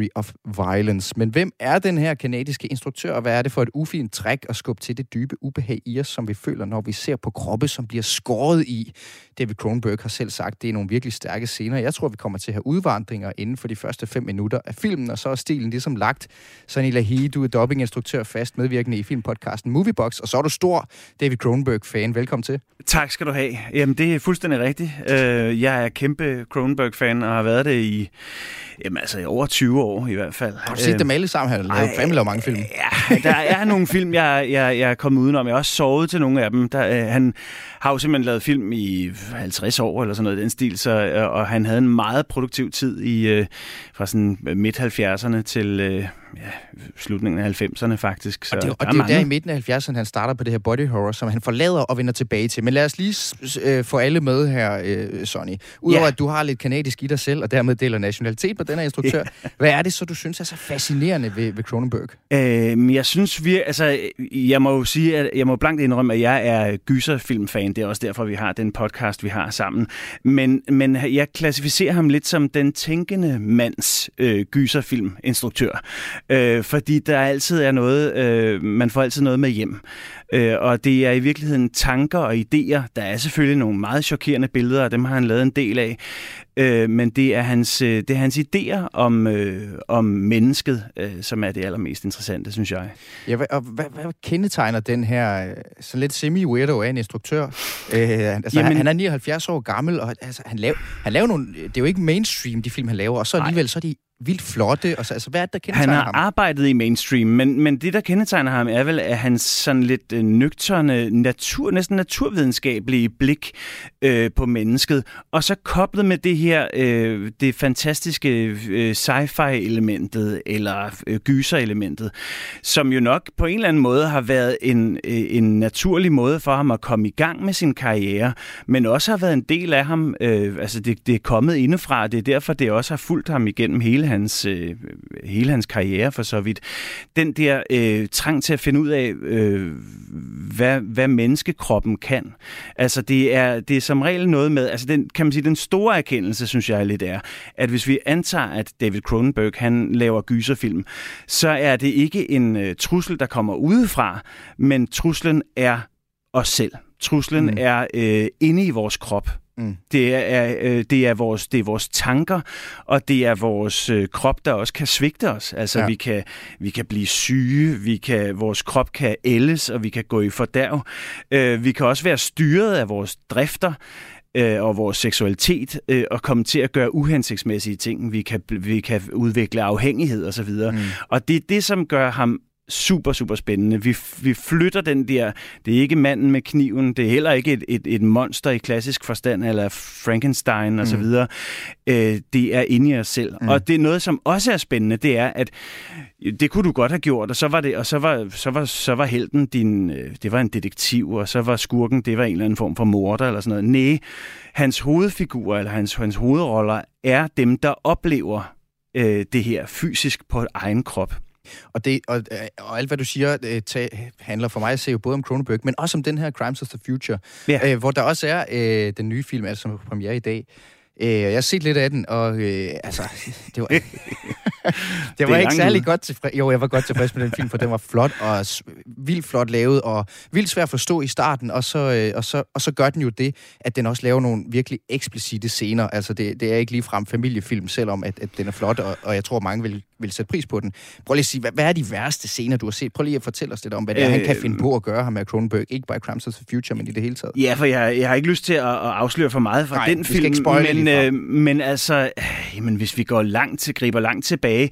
History of Violence. Men hvem er den her kanadiske instruktør, og hvad er det for et ufint træk at skubbe til det dybe ubehag i os, som vi føler, når vi ser på kroppe, som bliver skåret i? David Cronenberg har selv sagt, det er nogle virkelig stærke scener. Jeg tror, vi kommer til at have udvandringer inden for de første fem minutter af filmen, og så er stilen ligesom lagt. Sonny Lahey, du er dubbinginstruktør, fast medvirkende i filmpodcasten Moviebox, og så er du stor David Cronenberg-fan. Velkommen til. Tak skal du have. Jamen, det er fuldstændig rigtigt. Jeg er kæmpe Cronenberg-fan, og har været det i, jamen, altså, i over tyve år i hvert fald. Har du set dem alle sammen? Han har lavet fandme lavet mange film. Ja, der er nogle film, jeg, jeg, jeg er kommet udenom. Jeg har også sovet til nogle af dem. Der, han har jo simpelthen lavet film i halvtreds år, eller sådan noget i den stil, så, og han havde en meget produktiv tid i, fra sådan midt halvfjerdserne til ja, slutningen af halvfemserne faktisk. Så og det, og der det er jo der i midten af halvfjerdserne, han starter på det her body horror, som han forlader og vender tilbage til. Men lad os lige øh, få alle med her, øh, Sonny. Udover ja. at du har lidt kanadisk i dig selv, og dermed deler nationalitet på den her instruktør. Ja. Hvad er det så, du synes er så fascinerende ved, ved Cronenberg? Øh, jeg synes, vi, altså, jeg må jo sige, at jeg må blankt indrømme, at jeg er gyserfilmfan. Det er også derfor, vi har den podcast, vi har sammen. Men, men jeg klassificerer ham lidt som den tænkende mands øh, gyserfilminstruktør. Øh, fordi der altid er noget, øh, man får altid noget med hjem. Øh, og det er i virkeligheden tanker og idéer. Der er selvfølgelig nogle meget chokerende billeder, og dem har han lavet en del af. Øh, men det er hans, det er hans idéer om, øh, om mennesket, øh, som er det allermest interessante, synes jeg. Ja, og hvad, hvad kendetegner den her så lidt semi-weirdo af en instruktør? Øh, altså, Jamen, han er nioghalvfjerds år gammel, og altså, han, laver, han laver nogle... Det er jo ikke mainstream, de film, han laver, og så alligevel nej. så er de vildt flotte. Og så, altså, hvad er det, der kendetegner ham? Han har ham? arbejdet i mainstream, men, men det, der kendetegner ham, er vel, at hans sådan lidt øh, nøgterne, natur, næsten naturvidenskabelige blik øh, på mennesket, og så koblet med det her, øh, det fantastiske øh, sci-fi-elementet, eller øh, gyser-elementet, som jo nok på en eller anden måde har været en, øh, en naturlig måde for ham at komme i gang med sin karriere, men også har været en del af ham, øh, altså det, det er kommet indefra, det er derfor, det også har fulgt ham igennem hele hans, øh, hele hans karriere for så vidt. Den der øh, trang til at finde ud af, øh, hvad, hvad menneskekroppen kan. Altså det er, det er som regel noget med, altså den, kan man sige, den store erkendelse, synes jeg lidt er, at hvis vi antager, at David Cronenberg, han laver gyserfilm, så er det ikke en øh, trussel, der kommer udefra, men truslen er os selv. Truslen mm. er øh, inde i vores krop. Mm. Det er, øh, det er vores det er vores tanker, og det er vores øh, krop, der også kan svigte os. Altså ja. vi kan vi kan blive syge, vi kan vores krop kan ældes, og vi kan gå i fordærv. Øh, vi kan også være styret af vores drifter øh, og vores seksualitet øh, og komme til at gøre uhensigtsmæssige ting. Vi kan vi kan udvikle afhængighed og så videre. Mm. Og det er det, som gør ham super, super spændende. Vi, vi flytter den der, det er ikke manden med kniven, det er heller ikke et, et, et monster i klassisk forstand, eller Frankenstein mm. og så videre. Øh, det er inde i os selv. Mm. Og det er noget, som også er spændende, det er, at det kunne du godt have gjort, og så var det, og så var, så var, så var helten din, det var en detektiv, og så var skurken, det var en eller anden form for morder, eller sådan noget. Næh, hans hovedfigurer, eller hans, hans hovedroller, er dem, der oplever øh, det her fysisk på egen krop. Og, det, og, og alt, hvad du siger, det handler for mig at se jo både om Cronenberg, men også om den her Crimes of the Future, ja. øh, hvor der også er øh, den nye film, altså, som er på premiere i dag. Øh, jeg har set lidt af den, og øh, altså, det var, det var det ikke særlig godt tilfreds. Jo, jeg var godt tilfreds med den film, for den var flot og vildt flot lavet, og vildt svært at forstå i starten, og så, øh, og, så, og så gør den jo det, at den også laver nogle virkelig eksplicite scener. Altså, det, det er ikke ligefrem familiefilm, selvom at, at den er flot, og, og jeg tror, mange vil, vil sætte pris på den. Prøv lige at sige, hvad, hvad er de værste scener, du har set? Prøv lige at fortælle os lidt om, hvad det er, øh, han kan finde på at gøre ham med Cronenberg, ikke bare Crimes of the Future, men i det hele taget. Ja, for jeg, jeg har ikke lyst til at, at afsløre for meget fra Nej, den film, men, øh, men altså, jamen, hvis vi går langt til, griber langt tilbage,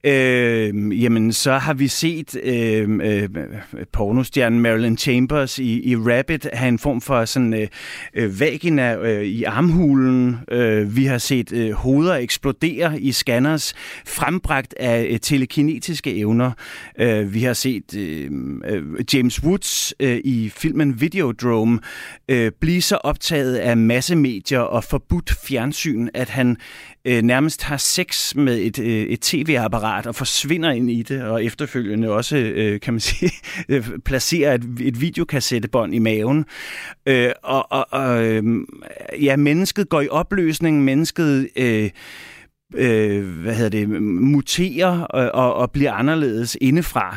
øh, jamen, så har vi set øh, øh, pornostjernen Marilyn Chambers i, i Rabbit have en form for sådan øh, vagina øh, i armhulen. Øh, vi har set øh, hoveder eksplodere i scanners, frembragt af øh, telekinetiske evner. Øh, vi har set øh, øh, James Woods øh, i filmen Videodrome øh, blive så optaget af massemedier og forbudt fjernsyn, at han øh, nærmest har sex med et, øh, et tv-apparat og forsvinder ind i det, og efterfølgende også, øh, kan man sige, øh, placerer et, et videokassettebånd i maven. Øh, og og øh, ja, mennesket går i opløsning, mennesket øh, øh, hvad hedder det, muterer og, og, og bliver anderledes indefra.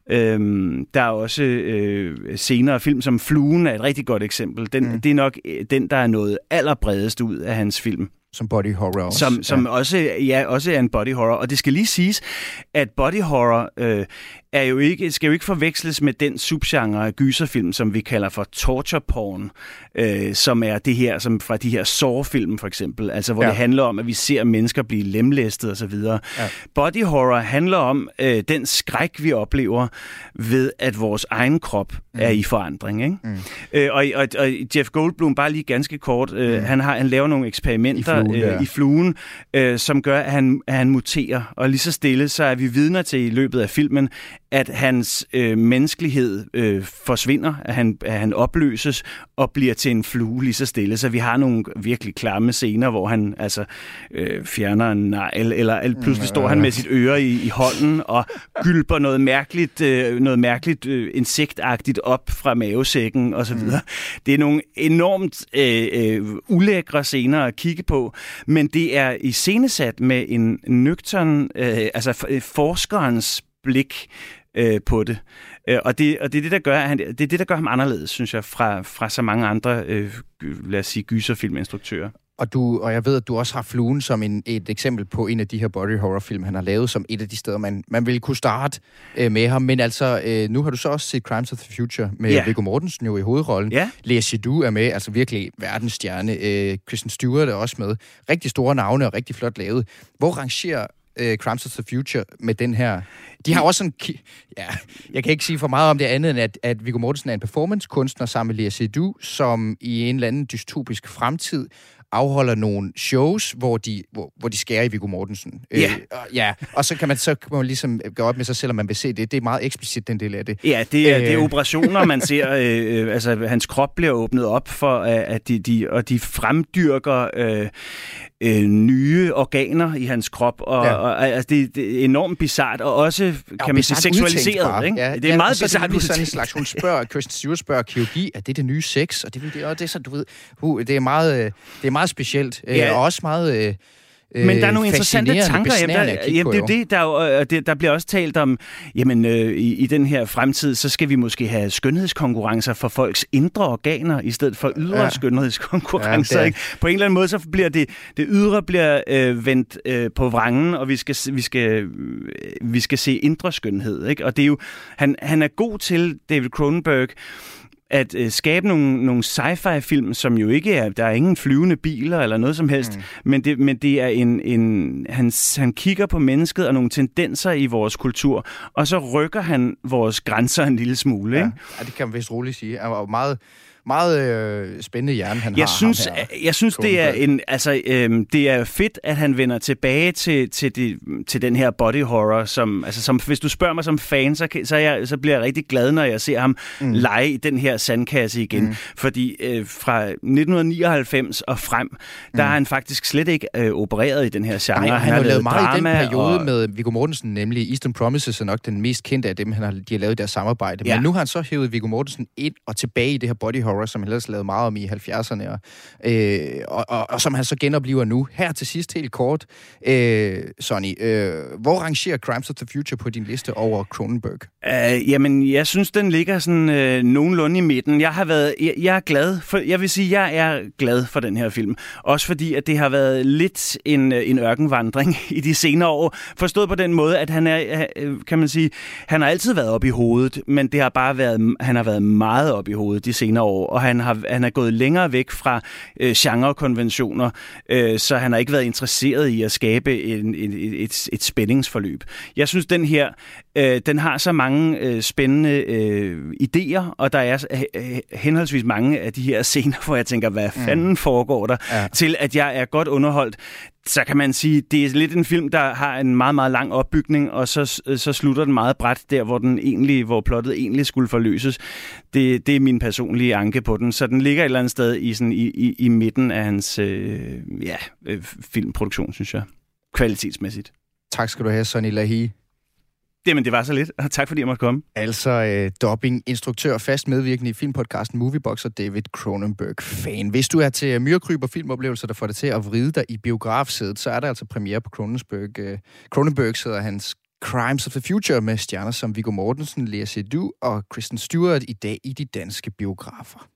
Øhm, der er også øh, senere film som Fluen er et rigtig godt eksempel. Den, mm. Det er nok den, der er nået allerbredest ud af hans film. Som body horror også. Som, som ja. også, ja, også er en body horror. Og det skal lige siges, at body horror øh, er jo ikke, skal jo ikke forveksles med den subgenre af gyserfilm, som vi kalder for torture porn, øh, som er det her, som fra de her Saw-film for eksempel, altså hvor ja. det handler om, at vi ser mennesker blive lemlæstet osv. Ja. Body horror handler om øh, den skræk, vi oplever ved, at vores egen krop mm. er i forandring. Ikke? Mm. Øh, og, og, og Jeff Goldblum, bare lige ganske kort, øh, mm. han, har, han laver nogle eksperimenter i fluen, øh, i fluen øh, som gør, at han, at han muterer. Og lige så stille, så er vi vidner til i løbet af filmen, at hans øh, menneskelighed øh, forsvinder, at han, at han opløses og bliver til en flue lige så stille. Så vi har nogle virkelig klamme scener, hvor han altså øh, fjerner en negl, eller, eller pludselig står han med sit øre i, i hånden og gylper noget mærkeligt, øh, noget mærkeligt øh, insektagtigt op fra mavesækken og så videre. Mm. Det er nogle enormt øh, øh, ulækre scener at kigge på, men det er iscenesat med en nøgtern, øh, altså forskerens blik øh, på det. Øh, og det og det er det der gør han det er det der gør ham anderledes, synes jeg, fra fra så mange andre øh, lad os sige gyserfilminstruktører. Og du og jeg ved at du også har Fluen som en, et eksempel på en af de her body horror film han har lavet som et af de steder man man ville kunne starte øh, med ham, men altså øh, nu har du så også set Crimes of the Future med yeah. Viggo Mortensen jo i hovedrollen. Yeah. Lea Seydoux er med, altså virkelig verdensstjerne. Øh, Kristen Stewart er også med. Rigtig store navne og rigtig flot lavet. Hvor rangerer Uh, Crimes of the Future med den her? De har også sådan... Ja, jeg kan ikke sige for meget om det andet, end at, at Viggo Mortensen er en performancekunstner sammen med Lea Seydoux, som i en eller anden dystopisk fremtid afholder nogle shows, hvor de, hvor, hvor de skærer i Viggo Mortensen. Ja. Øh, og, ja. Og så kan man så kan man ligesom gå op med sig selv, om man vil se det. Det er meget eksplicit, den del af det. Ja, det er, øh. det er operationer, man ser. Øh, altså, hans krop bliver åbnet op for, at de, de, og de fremdyrker øh, øh, nye organer i hans krop. Og, ja. og altså, det, det er enormt bizart, og også, kan ja, man sige, seksualiseret. Ikke? Ja, det er ja, meget så bizart. Det er sådan en slags, hun spørger, Kristen Stewart spørger kirurgi, er det det nye sex? Og det, det, og det er så, du ved, uh, det er meget, det er meget specielt, ja. øh, og også meget... Øh, Men der er nogle interessante tanker. Jamen, der, jamen, det er det, der, jo, det, der bliver også talt om, jamen, øh, i, i den her fremtid, så skal vi måske have skønhedskonkurrencer for folks indre organer, i stedet for ydre ja. skønhedskonkurrencer. Ja, ikke? På en eller anden måde, så bliver det, det ydre bliver øh, vendt øh, på vrangen, og vi skal, vi skal, øh, vi skal se indre skønhed. Ikke? Og det er jo, han, han er god til, David Cronenberg, at øh, skabe nogle, nogle sci-fi-film, som jo ikke er, der er ingen flyvende biler eller noget som helst, mm. men, det, men det er en, en han, han kigger på mennesket og nogle tendenser i vores kultur, og så rykker han vores grænser en lille smule. Ikke? Ja, det kan man vist roligt sige. Han var jo meget... Meget øh, spændende hjerne, han jeg har. Synes, jeg synes, det er en, altså, øh, det er fedt, at han vender tilbage til, til, de, til den her body horror, som, altså, som hvis du spørger mig som fan, så, så, jeg, så bliver jeg rigtig glad, når jeg ser ham mm. lege i den her sandkasse igen. Mm. Fordi øh, fra nitten nioghalvfems og frem, der har mm. han faktisk slet ikke øh, opereret i den her genre. Nej, han, han har lavet meget i den periode og... med Viggo Mortensen, nemlig Eastern Promises er nok den mest kendte af dem, han har, de har lavet i deres samarbejde. Ja. Men nu har han så hævet Viggo Mortensen ind og tilbage i det her body horror, som han ellers lavede meget om i halvfjerdserne, og, øh, og, og, og som han så genopliver nu. Her til sidst helt kort, øh, Sonny, øh, hvor rangerer Crimes of the Future på din liste over Cronenberg? Uh, jamen, jeg synes, den ligger sådan øh, nogenlunde i midten. Jeg har været, jeg, jeg er glad for, jeg vil sige, jeg er glad for den her film. Også fordi, at det har været lidt en, en ørkenvandring i de senere år. Forstået på den måde, at han er, kan man sige, han har altid været oppe i hovedet, men det har bare været, han har været meget oppe i hovedet de senere år, og han har, han er gået længere væk fra øh, genrekonventioner, øh, så han har ikke været interesseret i at skabe en, en, et, et spændingsforløb. Jeg synes, den her, øh, den har så mange øh, spændende øh, idéer, og der er øh, henholdsvis mange af de her scener, hvor jeg tænker, hvad fanden mm. foregår der, ja. Til at jeg er godt underholdt. Så kan man sige, det er lidt en film, der har en meget, meget lang opbygning, og så, så slutter den meget brat der, hvor den egentlig, hvor plottet egentlig skulle forløses. Det, det er min personlige anke på den, så den ligger et eller andet sted i, sådan, i, i, i midten af hans øh, ja, øh, filmproduktion, synes jeg. Kvalitetsmæssigt. Tak skal du have, Sonny Lahi. Jamen, det var så lidt. Tak fordi jeg måtte komme. Altså øh, dubbing, instruktør, fast medvirkende i filmpodcasten Moviebox og David Cronenberg-fan. Hvis du er til myrekryb og filmoplevelser, der får det til at vride dig i biografsædet, så er der altså premiere på Cronenberg. Øh, Cronenberg hedder hans Crimes of the Future med stjerner som Viggo Mortensen, Lea Seydoux og Kristen Stewart i dag i de danske biografer.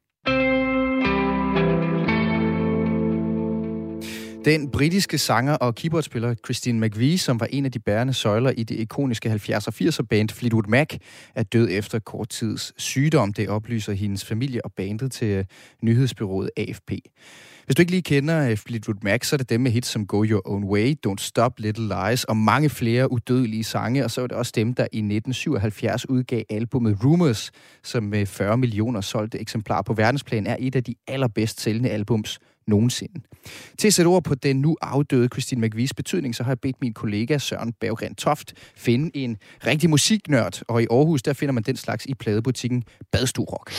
Den britiske sanger og keyboardspiller Christine McVie, som var en af de bærende søjler i det ikoniske halvfjerdser og firser band Fleetwood Mac, er død efter kort tids sygdom. Det oplyser hendes familie og bandet til nyhedsbureauet A F P. Hvis du ikke lige kender Fleetwood Mac, så er det dem med hits som Go Your Own Way, Don't Stop, Little Lies og mange flere udødelige sange. Og så er det også dem, der i nitten syvoghalvfjerds udgav albumet Rumours, som med fyrre millioner solgte eksemplarer på verdensplan er et af de allerbedst sælgende albums nogensinde. Til at sætte ord på den nu afdøde Christine McVies betydning, så har jeg bedt min kollega Søren Berggren Toft finde en rigtig musiknørd, og i Aarhus, der finder man den slags i pladebutikken Badstue Rock.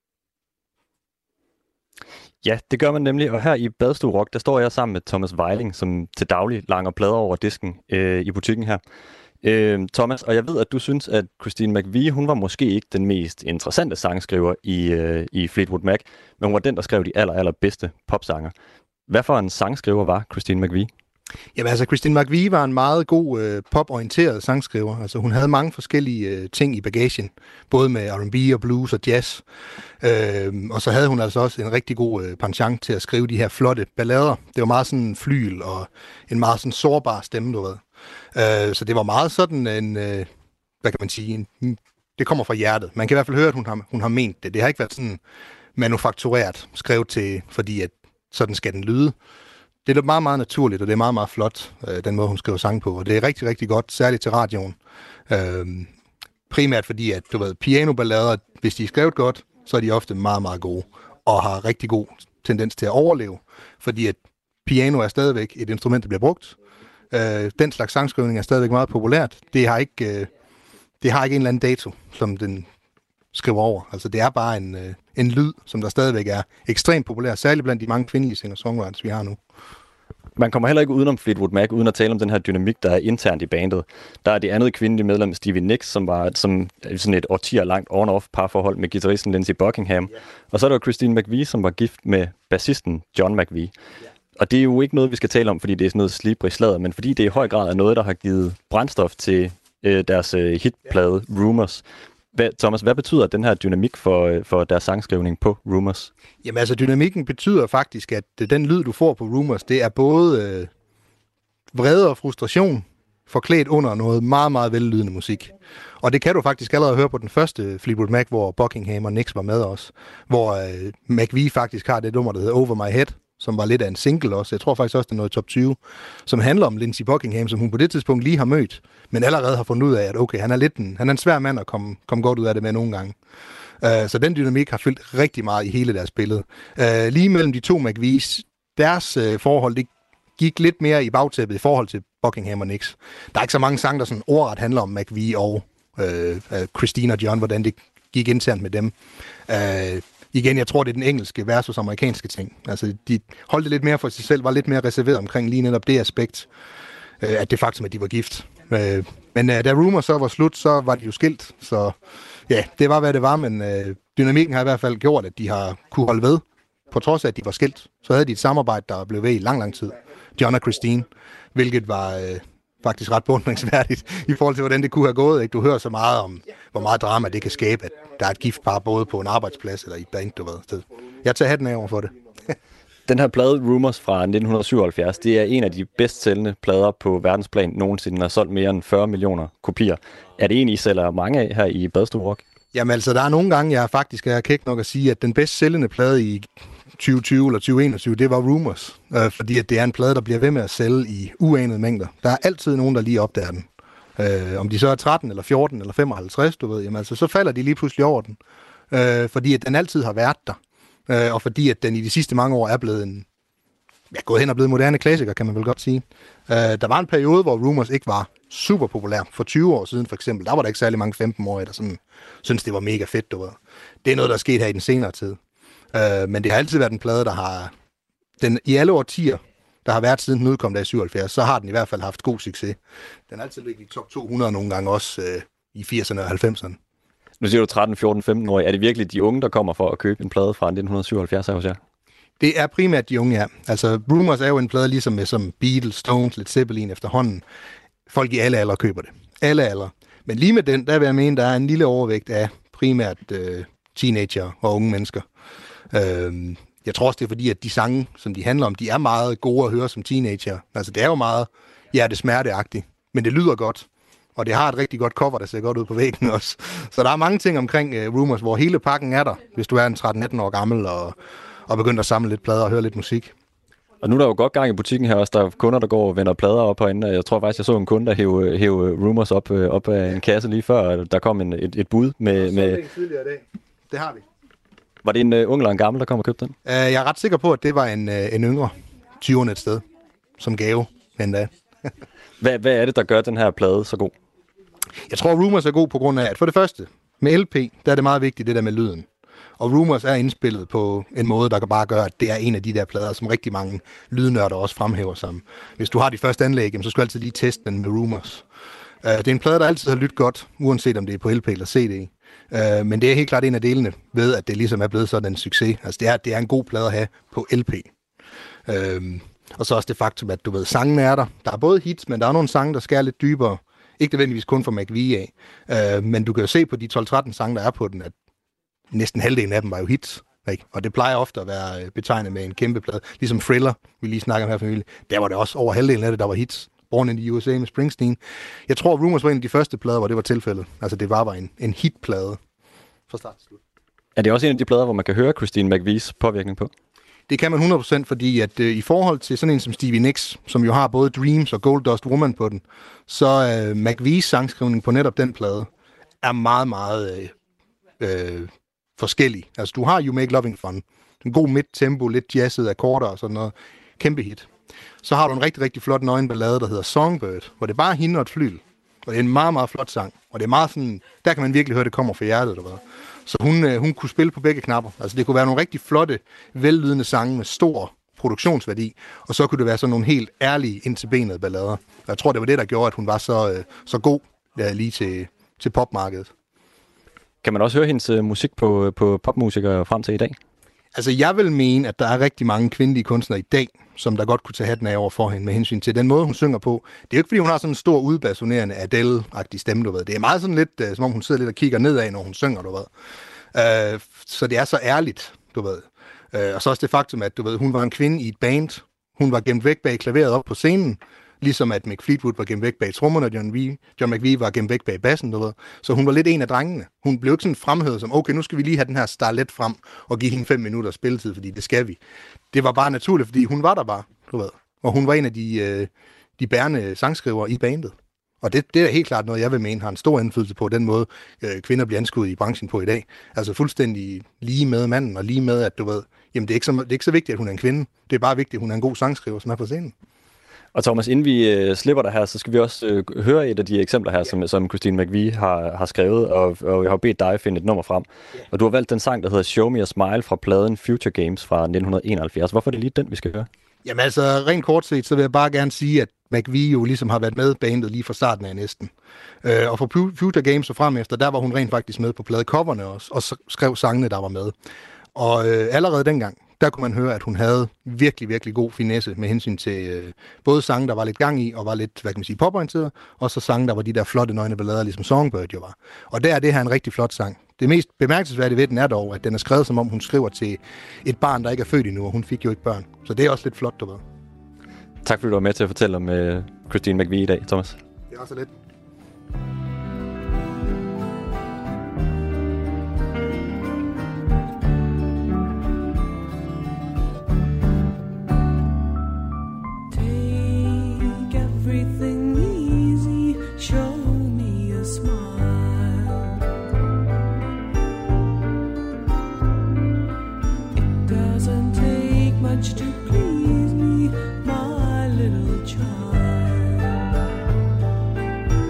Ja, det gør man nemlig, og her i Badstue Rock, der står jeg sammen med Thomas Weiling, som til daglig langer plader over disken øh, i butikken her. Øh, Thomas, og jeg ved, at du synes, at Christine McVie, hun var måske ikke den mest interessante sangskriver i, øh, i Fleetwood Mac, men hun var den, der skrev de aller, aller bedste popsanger. Hvad for en sangskriver var Christine McVie? Jamen altså, Christine McVie var en meget god øh, poporienteret sangskriver. Altså, hun havde mange forskellige øh, ting i bagagen, både med R and B og blues og jazz. Øh, og så havde hun altså også en rigtig god øh, penchant til at skrive de her flotte ballader. Det var meget sådan en flyl og en meget sådan sårbar stemme, du ved. Øh, så det var meget sådan en, øh, hvad kan man sige, en, det kommer fra hjertet. Man kan i hvert fald høre, at hun har, hun har ment det. Det har ikke været sådan manufaktureret skrevet til, fordi at sådan skal den lyde. Det er meget, meget naturligt, og det er meget, meget flot, øh, den måde, hun skriver sang på. Og det er rigtig, rigtig godt, særligt til radioen. Øh, primært fordi, at du ved, pianoballader, hvis de er skrevet godt, så er de ofte meget, meget gode. Og har rigtig god tendens til at overleve. Fordi at piano er stadigvæk et instrument, der bliver brugt. Øh, den slags sangskrivning er stadigvæk meget populært. Det har ikke, øh, det har ikke en eller anden dato, som den skriver over. Altså det er bare en, øh, en lyd, som der stadigvæk er ekstremt populær, særligt blandt de mange kvindelige singer-songwriters, vi har nu. Man kommer heller ikke udenom Fleetwood Mac, uden at tale om den her dynamik, der er internt i bandet. Der er det andet kvindelige medlem, Stevie Nicks, som var som sådan et årtier langt on-off parforhold med guitaristen Lindsey Buckingham. Yeah. Og så er der Christine McVie, som var gift med bassisten John McVie. Yeah. Og det er jo ikke noget, vi skal tale om, fordi det er sådan noget slibrig sladder, men fordi det i høj grad er noget, der har givet brændstof til øh, deres øh, hitplade Rumours. Hvad, Thomas, hvad betyder den her dynamik for, for deres sangskrivning på Rumours? Jamen altså, dynamikken betyder faktisk, at den lyd, du får på Rumours, det er både øh, vrede og frustration forklædt under noget meget, meget vellydende musik. Og det kan du faktisk allerede høre på den første Fleetwood Mac, hvor Buckingham og Nicks var med os. Hvor øh, McVie faktisk har det nummer, der hedder Over My Head, som var lidt af en single også. Jeg tror faktisk også, det er noget top tyve, som handler om Lindsey Buckingham, som hun på det tidspunkt lige har mødt, men allerede har fundet ud af, at okay, han er lidt en, han er en svær mand at komme, komme godt ud af det med nogle gange. Uh, så den dynamik har fyldt rigtig meget i hele deres billede. Uh, lige mellem de to McVies, deres uh, forhold, det gik lidt mere i bagtæppet i forhold til Buckingham og Nicks. Der er ikke så mange sange, der sådan ordret handler om McVie og uh, uh, Christine og John, hvordan det gik internt med dem. Uh, Igen, jeg tror, det er den engelske versus amerikanske ting. Altså, de holdt det lidt mere for sig selv, var lidt mere reserveret omkring lige netop det aspekt, øh, at det faktum, at de var gift. Øh, men øh, da Rumours så var slut, så var de jo skilt. Så ja, det var, hvad det var, men øh, dynamikken har i hvert fald gjort, at de har kunne holde ved. På trods af, at de var skilt, så havde de et samarbejde, der blev ved i lang, lang tid. John og Christine, hvilket var øh, faktisk ret beundringsværdigt i forhold til, hvordan det kunne have gået. Ikke? Du hører så meget om, hvor meget drama det kan skabe, at der er et giftpar både på en arbejdsplads eller i et band, du ved. Så jeg tager hatten af over for det. Den her plade Rumours fra nitten syvoghalvfjerds, det er en af de bedst sælgende plader på verdensplan nogensinde, har solgt mere end fyrre millioner kopier. Er det en, I sælger mange af her i Badstue Rock? Jamen altså, der er nogle gange, jeg faktisk er kæk nok at sige, at den bedst sælgende plade i tyve tyve eller tyve enogtyve, det var Rumours. Øh, fordi at det er en plade, der bliver ved med at sælge i uanede mængder. Der er altid nogen, der lige opdager den. Øh, om de så er tretten eller fjorten eller femoghalvtreds, du ved, jamen altså, så falder de lige pludselig over den. Øh, fordi at den altid har været der. Øh, og fordi at den i de sidste mange år er blevet en, ja, gået hen og blevet moderne klassiker, kan man vel godt sige. Øh, der var en periode, hvor Rumours ikke var super populær. For tyve år siden for eksempel, der var der ikke særlig mange femten-årige, der sådan, synes det var mega fedt, du ved. Det er noget, der er sket her i den senere tid. Øh, men det har altid været en plade, der har, den i alle årtier, der har været siden den udkom der i syvoghalvfjerds, så har den i hvert fald haft god succes. Den har altid ligget i top to hundrede nogle gange også øh, i firserne og halvfemserne. Nu siger du tretten, fjorten, femten år. Er det virkelig de unge, der kommer for at købe en plade fra nitten syvoghalvfjerds her hos jer? Det er primært de unge, ja. Altså, Rumours er jo en plade ligesom med som Beatles, Stones, Led Zeppelin efterhånden. Folk i alle aldre køber det. Alle aldre. Men lige med den, der vil jeg mene, der er en lille overvægt af primært øh, teenager og unge mennesker. Øh, jeg tror også, det er fordi, at de sange, som de handler om, de er meget gode at høre som teenager. Altså, det er jo meget hjertesmerteagtigt, men det lyder godt. Og det har et rigtig godt cover, der ser godt ud på væggen også. Så der er mange ting omkring uh, Rumours, hvor hele pakken er der, hvis du er en tretten atten år gammel og, og begynder at samle lidt plader og høre lidt musik. Og nu er der jo godt gang i butikken her også. Der er kunder, der går og vender plader op herinde. Jeg tror faktisk, jeg så en kunde, der hævde, hævde Rumours op, op af en kasse lige før. Der kom en, et, et bud med... med... Det tidligere i dag. Det har vi. Var det en uh, ung eller en gammel, der kom og købte den? Uh, jeg er ret sikker på, at det var en, uh, en yngre tyverne et sted, som gave endda. hvad, hvad er det, der gør den her plade så god? Jeg tror, Rumours er god på grund af, at for det første, med L P, der er det meget vigtigt, det der med lyden. Og Rumours er indspillet på en måde, der kan bare gøre, at det er en af de der plader, som rigtig mange lydnørder også fremhæver som. Hvis du har de første anlæg, så skal du altid lige teste den med Rumours. Uh, det er en plade, der altid har lyttet godt, uanset om det er på L P eller C D. Uh, men det er helt klart en af delene ved, at det ligesom er blevet sådan en succes. Altså det er, det er en god plade at have på L P. Uh, og så også det faktum, at du ved, sangene er der. Der er både hits, men der er nogle sange, der skærer lidt dybere. Ikke nødvendigvis kun for McVie af. Uh, men du kan jo se på de tolv tretten sange, der er på den, at næsten halvdelen af dem var jo hits. Ikke? Og det plejer ofte at være betegnet med en kæmpe plade. Ligesom Thriller, vi lige snakker om her for nylig. Der var det også over halvdelen af det, der var hits. Born in the U S A med Springsteen. Jeg tror, Rumours var en af de første plader, hvor det var tilfældet. Altså det var bare en, en hitplade fra start til slut. Er det også en af de plader, hvor man kan høre Christine McVies påvirkning på? Det kan man hundrede procent, fordi at øh, i forhold til sådan en som Stevie Nicks, som jo har både Dreams og Gold Dust Woman på den, så øh, McVies sangskrivning på netop den plade er meget, meget øh, øh, forskellig. Altså du har You Make Loving Fun. En god midt-tempo, lidt jazzet akkorder og sådan noget. Kæmpe hit. Så har du en rigtig, rigtig flot nøgenballade, der hedder Songbird, hvor det er bare hende og et flyl. Og det er en meget, meget flot sang. Og det er meget sådan, der kan man virkelig høre, det kommer fra hjertet. Eller hvad. Så hun, øh, hun kunne spille på begge knapper. Altså det kunne være nogle rigtig flotte, vellydende sange med stor produktionsværdi. Og så kunne det være sådan nogle helt ærlige, ind til benet ballader. Og jeg tror, det var det, der gjorde, at hun var så, øh, så god ja, lige til, til popmarkedet. Kan man også høre hendes øh, musik på, på popmusikere frem til i dag? Altså, jeg vil mene, at der er rigtig mange kvindelige kunstnere i dag, som der godt kunne tage hatten af over for hende med hensyn til den måde, hun synger på. Det er jo ikke, fordi hun har sådan en stor, udbasunerende Adele-agtig stemme, du ved. Det er meget sådan lidt, uh, som om hun sidder lidt og kigger nedad, når hun synger, du ved. Uh, så det er så ærligt, du ved. Uh, og så også det faktum, at du ved, hun var en kvinde i et band. Hun var gemt væk bag klaveret op på scenen. Ligesom at Mick Fleetwood var gemt væk bag trommerne, og John, v, John McVie var gemt væk bag bassen, du ved. Så hun var lidt en af drengene. Hun blev ikke sådan fremhævet som, okay, nu skal vi lige have den her starlet frem og give hende fem minutter spilletid, fordi det skal vi. Det var bare naturligt, fordi hun var der bare, du ved. Og hun var en af de, øh, de bærende sangskrivere i bandet. Og det, det er helt klart noget, jeg vil mene har en stor indflydelse på den måde, øh, kvinder bliver anskuet i branchen på i dag. Altså fuldstændig lige med manden, og lige med, at du ved, jamen det er, ikke så, det er ikke så vigtigt, at hun er en kvinde. Det er bare vigtigt, at hun er en god sangskriver, som er på scenen. Og Thomas, inden vi øh, slipper dig her, så skal vi også øh, høre et af de eksempler her, som, som Christine McVie har, har skrevet, og, og jeg har bedt dig at finde et nummer frem. Og du har valgt den sang, der hedder Show Me a Smile fra pladen Future Games fra nitten enoghalvfjerds. Hvorfor er det lige den, vi skal høre? Jamen altså, rent kort set, så vil jeg bare gerne sige, at McVie jo ligesom har været med bandet lige fra starten af næsten. Øh, og fra Future Games og frem efter, der var hun rent faktisk med på pladecoverne også, og skrev sangene, der var med. Og øh, allerede dengang, der kunne man høre, at hun havde virkelig, virkelig god finesse med hensyn til øh, både sange, der var lidt gang i, og var lidt, hvad kan man sige, poporienteret, og så sange, der var de der flotte nøgne ballader, ligesom Songbird jo var. Og der er det her en rigtig flot sang. Det mest bemærkelsesværdige ved den er dog, at den er skrevet, som om hun skriver til et barn, der ikke er født endnu, og hun fik jo ikke børn. Så det er også lidt flot, du ved. Tak fordi du var med til at fortælle om øh, Christine McVie i dag, Thomas. Det er også lidt. Everything easy, show me a smile. It doesn't take much to please me, my little child.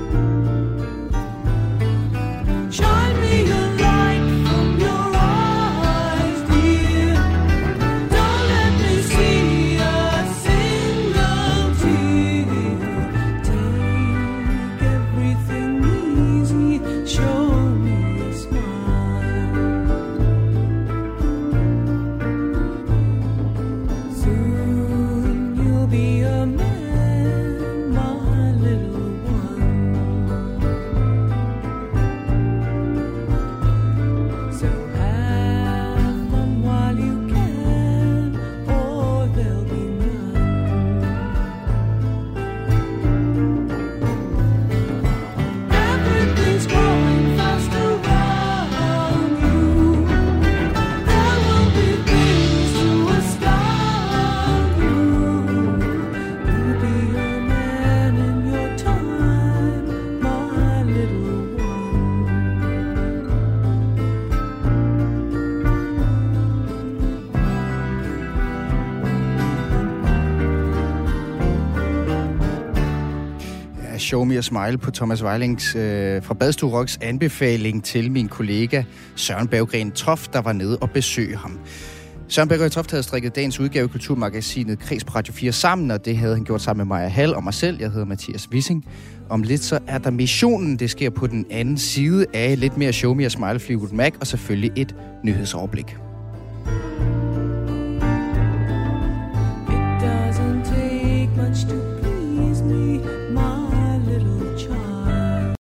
Show Me a Smile på Thomas Weilings øh, fra Badstue Rocks anbefaling til min kollega Søren Berggren Toft, der var nede og besøge ham. Søren Berggren Toft havde strikket dagens udgave i Kulturmagasinet Kreds på Radio fire sammen, og det havde han gjort sammen med Maja Hall og mig selv. Jeg hedder Mathias Wissing. Om lidt så er der missionen. Det sker på den anden side af lidt mere Show Me a Smile, Fleetwood Mac, og selvfølgelig et nyhedsoverblik.